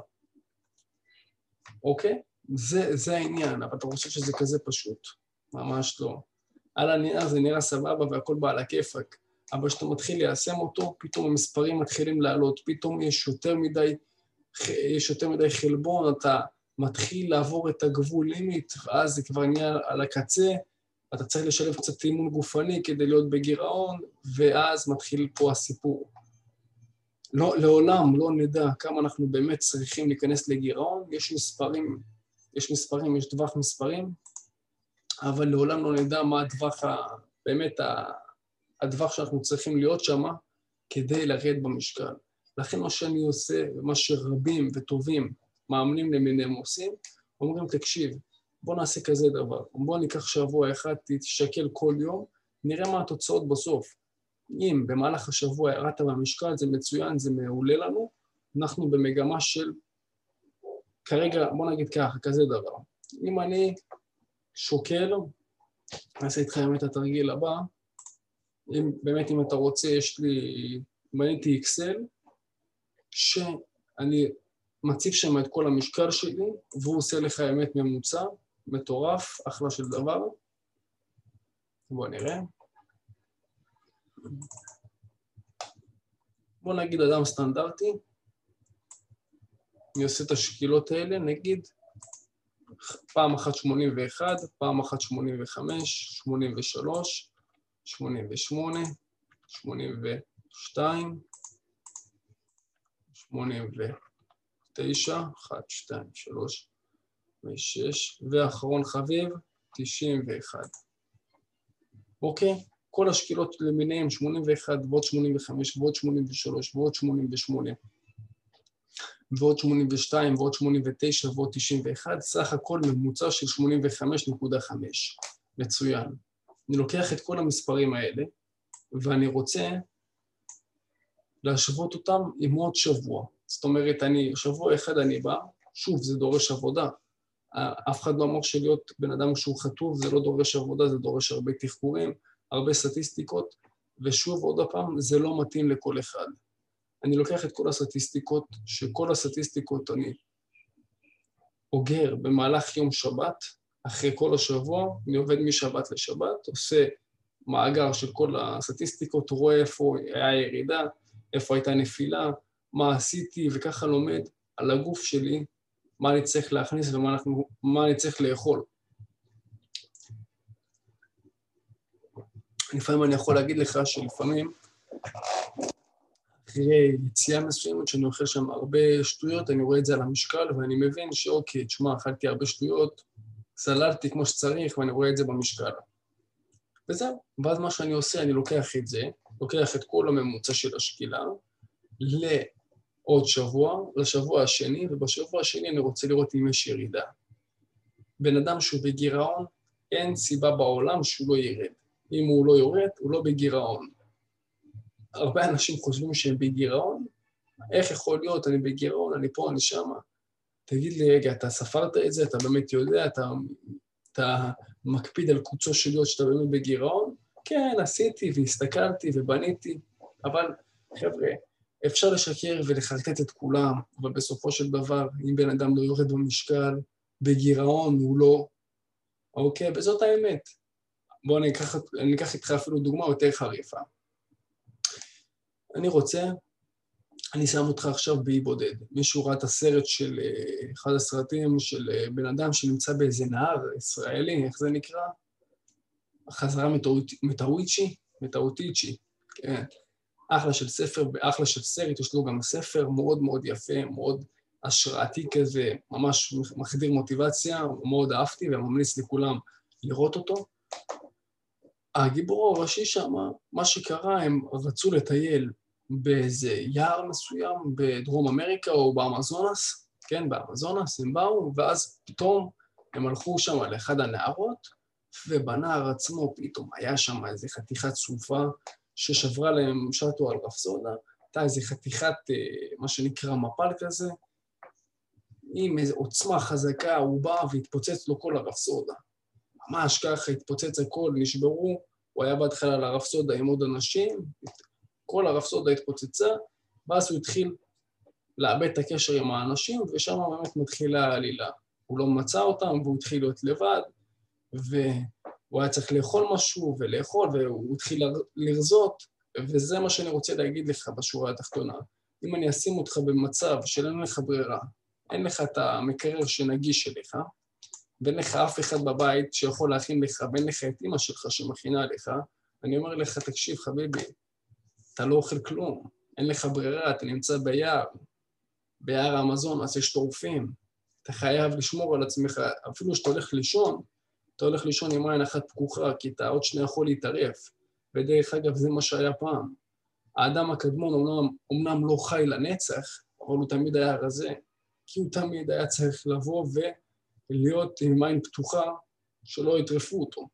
אוקיי? זה, זה העניין, אבל אתה חושב שזה כזה פשוט. ממש לא. על הנייר זה נראה סבבה והכל בא על הכיפק, אבל כשאתה מתחיל ליישם אותו, פתאום המספרים מתחילים לעלות, פתאום יש יותר מדי, יש יותר מדי חלבון, אתה מתחיל לעבור את הגבול לימיט, ואז זה כבר נהיה על הקצה, אתה צריך לשלב קצת אימון גופני כדי להיות בגירעון, ואז מתחיל פה הסיפור. לא, לעולם לא נדע כמה אנחנו באמת צריכים להיכנס לגירעון, יש מספרים, יש מספרים, יש טווח מספרים, אבל לעולם לא נדע מה הטווח, באמת הטווח שאנחנו צריכים להיות שם, כדי לרדת במשקל. לכן מה שאני עושה, ומה שרבים וטובים מאמנים למיניהם עושים, אומרים, תקשיב, בוא נעשה כזה דבר, בוא ניקח שבוע אחד, תשקל כל יום, נראה מה התוצאות בסוף. אם במהלך השבוע ירדת במשקל, זה מצוין, זה מעולה לנו, אנחנו במגמה של, כרגע, בוא נגיד ככה, כזה דבר. אם אני שוקל, נעשה איתך את התרגיל הבא, אם, באמת אם אתה רוצה, יש לי, בניתי אקסל, שאני מציב שם את כל המשקל שלי, והוא עושה לך אמת ממוצע, מטורף, אחלה של דבר. בוא נראה. בוא נגיד אדם סטנדרטי, אני עושה את השקילות האלה, נגיד, פעם אחת שמונים ואחת, פעם אחת שמונים וחמש, שמונים ושלוש, שמונים ושמונה, שמונים ושתיים, שמונים ותשע, אחת, שתיים, שלוש, ושש, ואחרון חביב, תשעים ואחת. אוקיי? כל השקילות למיניהם, שמונים ואחת, ועוד שמונים וחמש, ועוד שמונים ושלוש, ועוד שמונים ושמונה, ועוד שמונים ושתיים, ועוד שמונים ותשע, ועוד תשעים ואחת, סך הכל ממוצע של שמונים וחמש נקודה חמש. מצוין. אני לוקח את כל המספרים האלה, ואני רוצה להשוות אותם עם עוד שבוע. זאת אומרת, אני, שבוע אחד אני בא, שוב, זה דורש עבודה. אף אחד לא אמר שלהיות בן אדם שהוא חטוב, זה לא דורש עבודה, זה דורש הרבה תחקורים, הרבה סטטיסטיקות, ושוב, עוד הפעם, זה לא מתאים לכל אחד. אני לוקח את כל הסטטיסטיקות, שכל הסטטיסטיקות אני אוגר במהלך יום שבת, אחרי כל השבוע, אני עובד משבת לשבת, עושה מאגר של כל הסטטיסטיקות, רואה איפה היה ירידה, איפה הייתה נפילה, מה עשיתי, וככה לומד על הגוף שלי, מה אני צריך להכניס ומה אנחנו, מה אני צריך לאכול. לפעמים אני יכול להגיד לך שלפעמים, אחרי יציאה מסוימת שאני אוכל שם הרבה שטויות, אני רואה את זה על המשקל, ואני מבין שאוקיי, תשמע, אכלתי הרבה שטויות, סללתי כמו שצריך, ואני רואה את זה במשקל. וזהו, ואז מה שאני עושה, אני לוקח את זה, לוקח את כל הממוצע של השקילה, עוד שבוע, לשבוע השני, ובשבוע השני אני רוצה לראות אם יש ירידה. בן אדם שהוא בגירעון, אין סיבה בעולם שהוא לא ירד. אם הוא לא יורד, הוא לא בגירעון. הרבה אנשים חושבים שהם בגירעון, איך יכול להיות, אני בגירעון, אני פה, אני שמה. תגיד לי, רגע, אתה ספרת את זה, אתה באמת יודע, אתה, אתה מקפיד על קוצו של להיות שאתה באמת בגירעון? כן, עשיתי והסתכלתי ובניתי, אבל חבר'ה, אפשר לשקר ולחרטט את כולם, אבל בסופו של דבר, אם בן אדם לא יורד במשקל, בגירעון הוא לא, אוקיי, וזאת האמת. בואו אני אקח, אני אקח איתך אפילו דוגמה יותר חריפה. אני רוצה, אני שם אותך עכשיו באי בודד. מישהו ראה את הסרט של אחד הסרטים של בן אדם שנמצא באיזה נהר ישראלי, איך זה נקרא? החזרה מטאוויצ'י? מטאוויצ'י, כן. אחלה של ספר, אחלה של סרט, יש לו גם ספר מאוד מאוד יפה, מאוד השראתי כזה, ממש מחדיר מוטיבציה, מאוד אהבתי וממליץ לכולם לראות אותו. הגיבור הראשי שם, מה שקרה, הם רצו לטייל באיזה יער מסוים בדרום אמריקה או באמזונס, כן, באמזונס הם באו, ואז פתאום הם הלכו שם לאחד הנערות, ובנער עצמו פתאום היה שם איזו חתיכת סופה ששברה להם שטו על רפסודה, הייתה איזו חתיכת, מה שנקרא מפל כזה, עם איזו עוצמה חזקה, הוא בא והתפוצץ לו כל הרפסודה. ממש ככה התפוצץ הכל, נשברו, הוא היה בהתחלה על הרפסודה עם עוד אנשים, כל הרפסודה התפוצצה, ואז הוא התחיל לאבד את הקשר עם האנשים, ושם באמת מתחילה העלילה. הוא לא מצא אותם, והוא התחיל להיות לבד, והוא היה צריך לאכול משהו ולאכול, והוא התחיל לרזות, וזה מה שאני רוצה להגיד לך בשורה התחתונה. אם אני אשים אותך במצב של אין לך ברירה, אין לך את המקרר שנגיש אליך, ואין לך אף אחד בבית שיכול להכין לך, ואין לך את אמא שלך שמכינה לך, אני אומר לך, תקשיב חביבי, אתה לא אוכל כלום, אין לך ברירה, אתה נמצא ביער, ביער האמזון, אז יש טורפים, אתה חייב לשמור על עצמך, אפילו שאתה הולך לישון, אתה הולך לישון עם עין אחת פקוחה, כי אתה עוד שנייה יכול להתערף, ודרך אגב זה מה שהיה פעם. האדם הקדמון אומנם, אומנם לא חי לנצח, אבל הוא תמיד היה רזה, כי הוא תמיד היה צריך לבוא ולהיות עם עין פתוחה, שלא יטרפו אותו.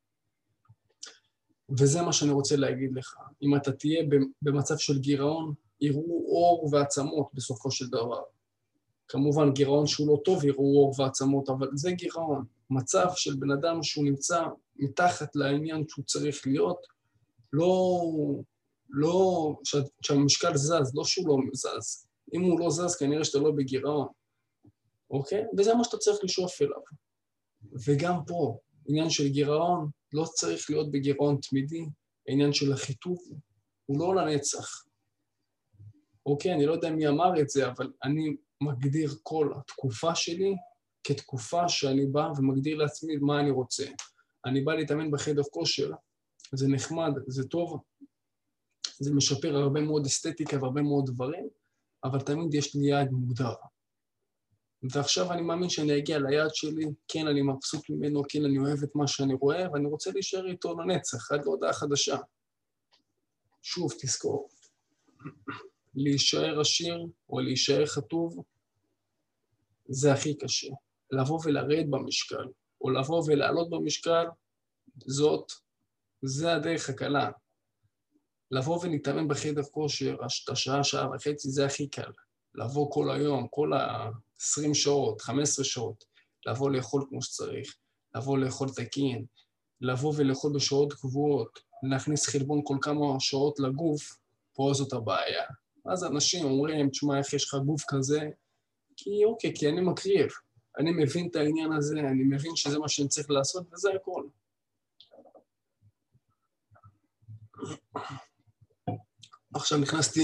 וזה מה שאני רוצה להגיד לך. אם אתה תהיה במצב של גירעון, יראו אור ועצמות בסופו של דבר. כמובן, גירעון שהוא לא טוב, יראו אור ועצמות, אבל זה גירעון. מצב של בן אדם שהוא נמצא מתחת לעניין שהוא צריך להיות, לא, לא, שהמשקל זז, לא שהוא לא זז. אם הוא לא זז, כנראה שאתה לא בגירעון. אוקיי? וזה מה שאתה צריך לשאוף אליו. וגם פה, עניין של גירעון, לא צריך להיות בגירעון תמידי, העניין של החיתוך הוא לא לנצח. אוקיי, אני לא יודע מי אמר את זה, אבל אני מגדיר כל התקופה שלי כתקופה שאני בא ומגדיר לעצמי מה אני רוצה. אני בא להתאמן בחדר כושר, זה נחמד, זה טוב, זה משפר הרבה מאוד אסתטיקה והרבה מאוד דברים, אבל תמיד יש לי יעד מוגדר. ועכשיו אני מאמין שאני אגיע ליעד שלי, כן, אני מבסוט ממנו, כן, אני אוהב את מה שאני רואה, ואני רוצה להישאר איתו לנצח, עד להודעה חדשה. שוב, תזכור, להישאר עשיר או להישאר חטוב, זה הכי קשה. לבוא ולרד במשקל, או לבוא ולעלות במשקל, זאת, זה הדרך הקלה. לבוא ולהתאמן בחדר כושר, השעה, שעה וחצי, זה הכי קל. לבוא כל היום, כל ה-עשרים שעות, חמש עשרה שעות, לבוא לאכול כמו שצריך, לבוא לאכול תקין, לבוא ולאכול בשעות קבועות, להכניס חלבון כל כמה שעות לגוף, פה זאת הבעיה. אז אנשים אומרים, תשמע, איך יש לך גוף כזה? כי אוקיי, כי אני מקריב, אני מבין את העניין הזה, אני מבין שזה מה שאני צריך לעשות, וזה הכל. עכשיו נכנסתי...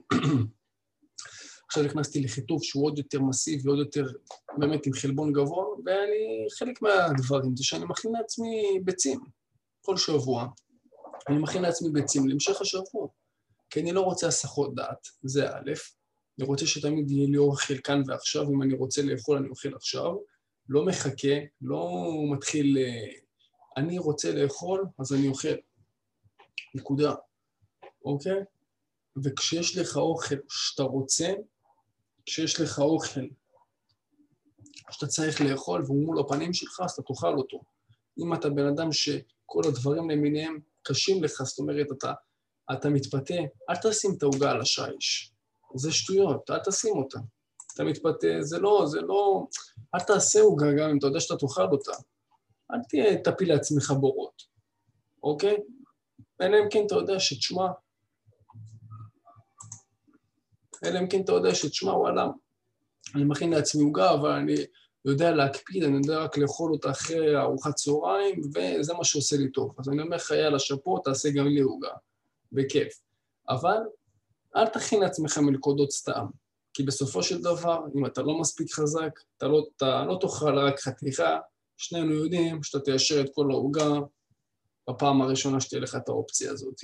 עכשיו נכנסתי לחיתוך שהוא עוד יותר מסיבי ועוד יותר באמת עם חלבון גבוה, ואני, חלק מהדברים זה שאני מכין לעצמי ביצים כל שבוע. אני מכין לעצמי ביצים להמשך השבוע, כי אני לא רוצה הסחות דעת, זה א', אני רוצה שתמיד יהיה לי אוכל כאן ועכשיו, אם אני רוצה לאכול אני אוכל עכשיו, לא מחכה, לא מתחיל, אני רוצה לאכול אז אני אוכל, נקודה, אוקיי? וכשיש לך אוכל שאתה רוצה, כשיש לך אוכל שאתה צריך לאכול והוא מול הפנים שלך, אז אתה תאכל אותו. אם אתה בן אדם שכל הדברים למיניהם קשים לך, זאת אומרת, אתה, אתה מתפתה, אל תשים את העוגה על השיש. זה שטויות, אל תשים אותה. אתה מתפתה, זה לא, זה לא... אל תעשה עוגה גם אם אתה יודע שאתה תאכל אותה. אל תהיה, תפיל לעצמך בורות, אוקיי? אלא אם כן אתה יודע שתשמע, אלא אם כן אתה יודע שתשמע, וואלה, אני מכין לעצמי עוגה, אבל אני יודע להקפיד, אני יודע רק לאכול אותה אחרי ארוחת צהריים, וזה מה שעושה לי טוב. אז אני אומר לך, יאללה, שאפו, תעשה גם לי עוגה, בכיף. אבל אל תכין לעצמך מלכודות סתם, כי בסופו של דבר, אם אתה לא מספיק חזק, אתה לא, אתה לא תאכל רק חתיכה, שנינו יודעים שאתה תיישר את כל העוגה בפעם הראשונה שתהיה לך את האופציה הזאת.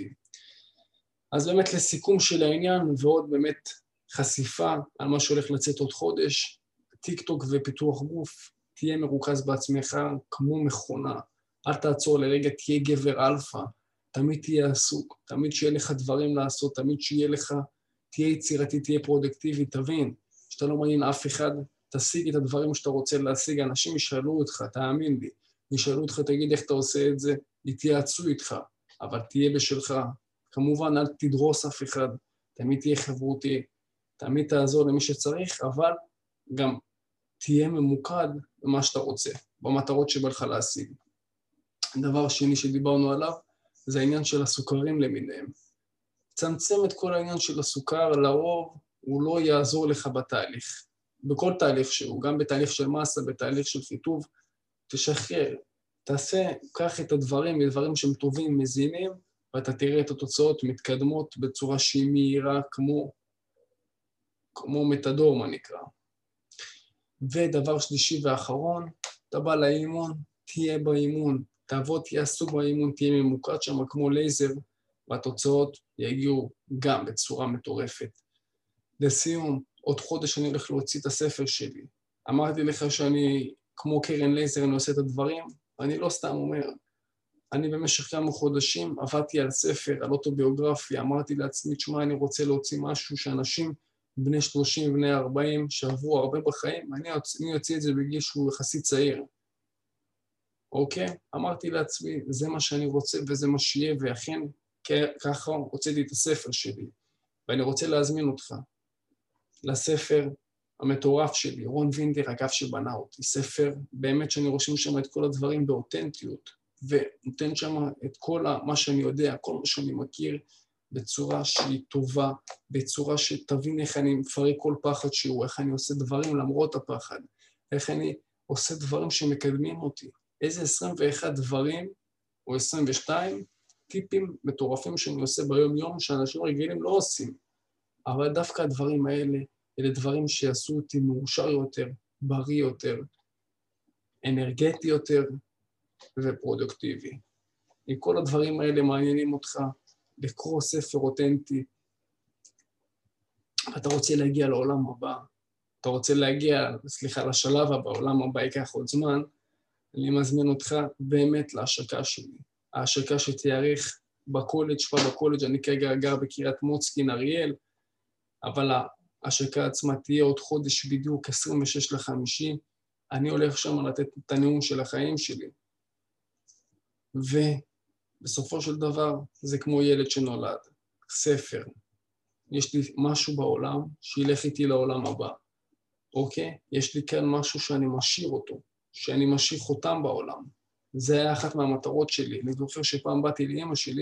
אז באמת לסיכום של העניין, ועוד באמת חשיפה על מה שהולך לצאת עוד חודש, טיק טוק ופיתוח גוף, תהיה מרוכז בעצמך כמו מכונה, אל תעצור לרגע, תהיה גבר אלפא, תמיד תהיה עסוק, תמיד שיהיה לך דברים לעשות, תמיד שיהיה לך, תהיה יצירתי, תהיה פרודקטיבי, תבין, שאתה לא מעניין אף אחד, תשיג את הדברים שאתה רוצה להשיג, אנשים ישאלו אותך, תאמין לי, ישאלו אותך, תגיד איך אתה עושה את זה, יתייעצו איתך, אבל תהיה בשלך, כמובן אל תדרוס אף אחד, תמיד תהיה חברותי, תמיד תעזור למי שצריך, אבל גם תהיה ממוקד במה שאתה רוצה, במטרות שבא לך להשיג. דבר שני שדיברנו עליו, זה העניין של הסוכרים למיניהם. צמצם את כל העניין של הסוכר, לרוב הוא לא יעזור לך בתהליך. בכל תהליך שהוא, גם בתהליך של מסה, בתהליך של חיטוב, תשחרר, תעשה, קח את הדברים, הדברים שהם טובים, מזינים, ואתה תראה את התוצאות מתקדמות בצורה שהיא מהירה, כמו, כמו מתדור, מה נקרא. ודבר שלישי ואחרון, אתה בא לאימון, תהיה באימון, תעבוד, תהיה עסוק באימון, תהיה ממוקד שם כמו לייזר, והתוצאות יגיעו גם בצורה מטורפת. לסיום, עוד חודש אני הולך להוציא את הספר שלי. אמרתי לך שאני, כמו קרן לייזר, אני עושה את הדברים, אני לא סתם אומר. אני במשך כמה חודשים עבדתי על ספר, על אוטוביוגרפיה, אמרתי לעצמי, תשמע, אני רוצה להוציא משהו שאנשים בני שלושים, בני ארבעים, שעברו הרבה בחיים, אני אוציא את זה בגיל שהוא יחסית צעיר. אוקיי? אמרתי לעצמי, זה מה שאני רוצה וזה מה שיהיה, ואכן ככה הוצאתי את הספר שלי. ואני רוצה להזמין אותך לספר המטורף שלי, רון וינדר, אגב שבנה אותי, ספר באמת שאני רושם שם את כל הדברים באותנטיות, ונותן שם את כל מה שאני יודע, כל מה שאני מכיר, בצורה שהיא טובה, בצורה שתבין איך אני מפרק כל פחד שהוא, איך אני עושה דברים למרות הפחד, איך אני עושה דברים שמקדמים אותי, איזה עשרים ואחד דברים, או עשרים ושתיים, טיפים מטורפים שאני עושה ביום יום, שאנשים רגילים לא עושים. אבל דווקא הדברים האלה, אלה דברים שיעשו אותי מאושר יותר, בריא יותר, אנרגטי יותר, ופרודוקטיבי. אם כל הדברים האלה מעניינים אותך, לקרוא ספר אותנטי, אתה רוצה להגיע לעולם הבא, אתה רוצה להגיע, סליחה, לשלב הבא, העולם הבא ייקח עוד זמן, אני מזמין אותך באמת להשקה שלי. ההשקה שתיארך בקולג' פה בקולג', אני כרגע גר בקריית מוצקין, אריאל, אבל ההשקה עצמה תהיה עוד חודש בדיוק, עשרים ושש לחמישי, אני הולך שם לתת את הנאום של החיים שלי. ובסופו של דבר, זה כמו ילד שנולד, ספר. יש לי משהו בעולם שילך איתי לעולם הבא, אוקיי? יש לי כאן משהו שאני משאיר אותו, שאני משאיר חותם בעולם. זה היה אחת מהמטרות שלי. אני זוכר שפעם באתי לאמא שלי,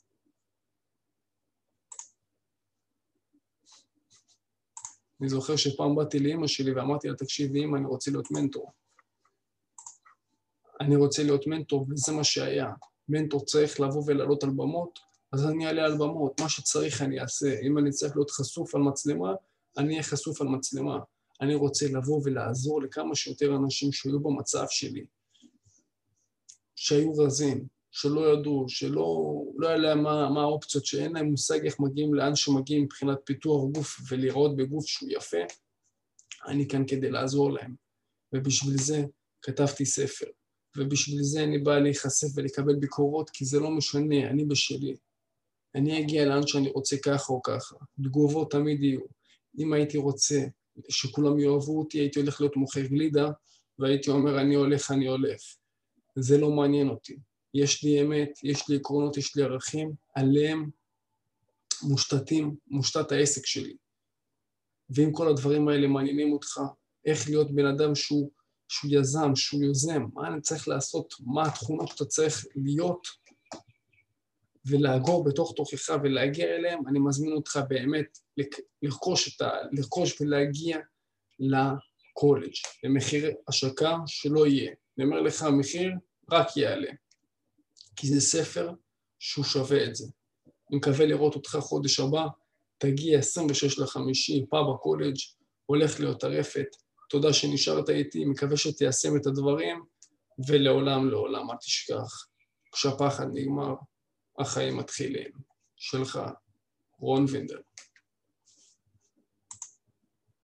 אני זוכר שפעם באתי לאמא שלי ואמרתי לה, תקשיבי, אמא, אני רוצה להיות מנטור. אני רוצה להיות מנטור, וזה מה שהיה. מנטור צריך לבוא ולעלות על במות, אז אני אעלה על במות. מה שצריך אני אעשה. אם אני צריך להיות חשוף על מצלמה, אני אהיה חשוף על מצלמה. אני רוצה לבוא ולעזור לכמה שיותר אנשים שהיו במצב שלי, שהיו רזים, שלא ידעו, שלא לא היה להם מה, מה האופציות, שאין להם מושג איך מגיעים לאן שמגיעים מבחינת פיתוח גוף ולראות בגוף שהוא יפה, אני כאן כדי לעזור להם. ובשביל זה כתבתי ספר. ובשביל זה אני בא להיחשף ולקבל ביקורות, כי זה לא משנה, אני בשלי. אני אגיע לאן שאני רוצה ככה או ככה. תגובות תמיד יהיו. אם הייתי רוצה שכולם יאהבו אותי, הייתי הולך להיות מוכר גלידה, והייתי אומר, אני הולך, אני הולך. זה לא מעניין אותי. יש לי אמת, יש לי עקרונות, יש לי ערכים, עליהם מושתתים, מושתת העסק שלי. ואם כל הדברים האלה מעניינים אותך, איך להיות בן אדם שהוא, שהוא יזם, שהוא יוזם, מה אני צריך לעשות, מה התכונות שאתה צריך להיות, ולאגור בתוך תוכך ולהגיע אליהם, אני מזמין אותך באמת לרכוש, את ה, לרכוש ולהגיע לקולג' למחיר השקה שלא יהיה. אני אומר לך, המחיר רק יעלה, כי זה ספר שהוא שווה את זה. אני מקווה לראות אותך חודש הבא, תגיע עשרים ושש לחמישי, פה בקולג', הולך להיות טרפת. תודה שנשארת איתי, מקווה שתיישם את הדברים, ולעולם לעולם, אל תשכח. כשהפחד נגמר, החיים מתחילים. שלך, רון וינדר.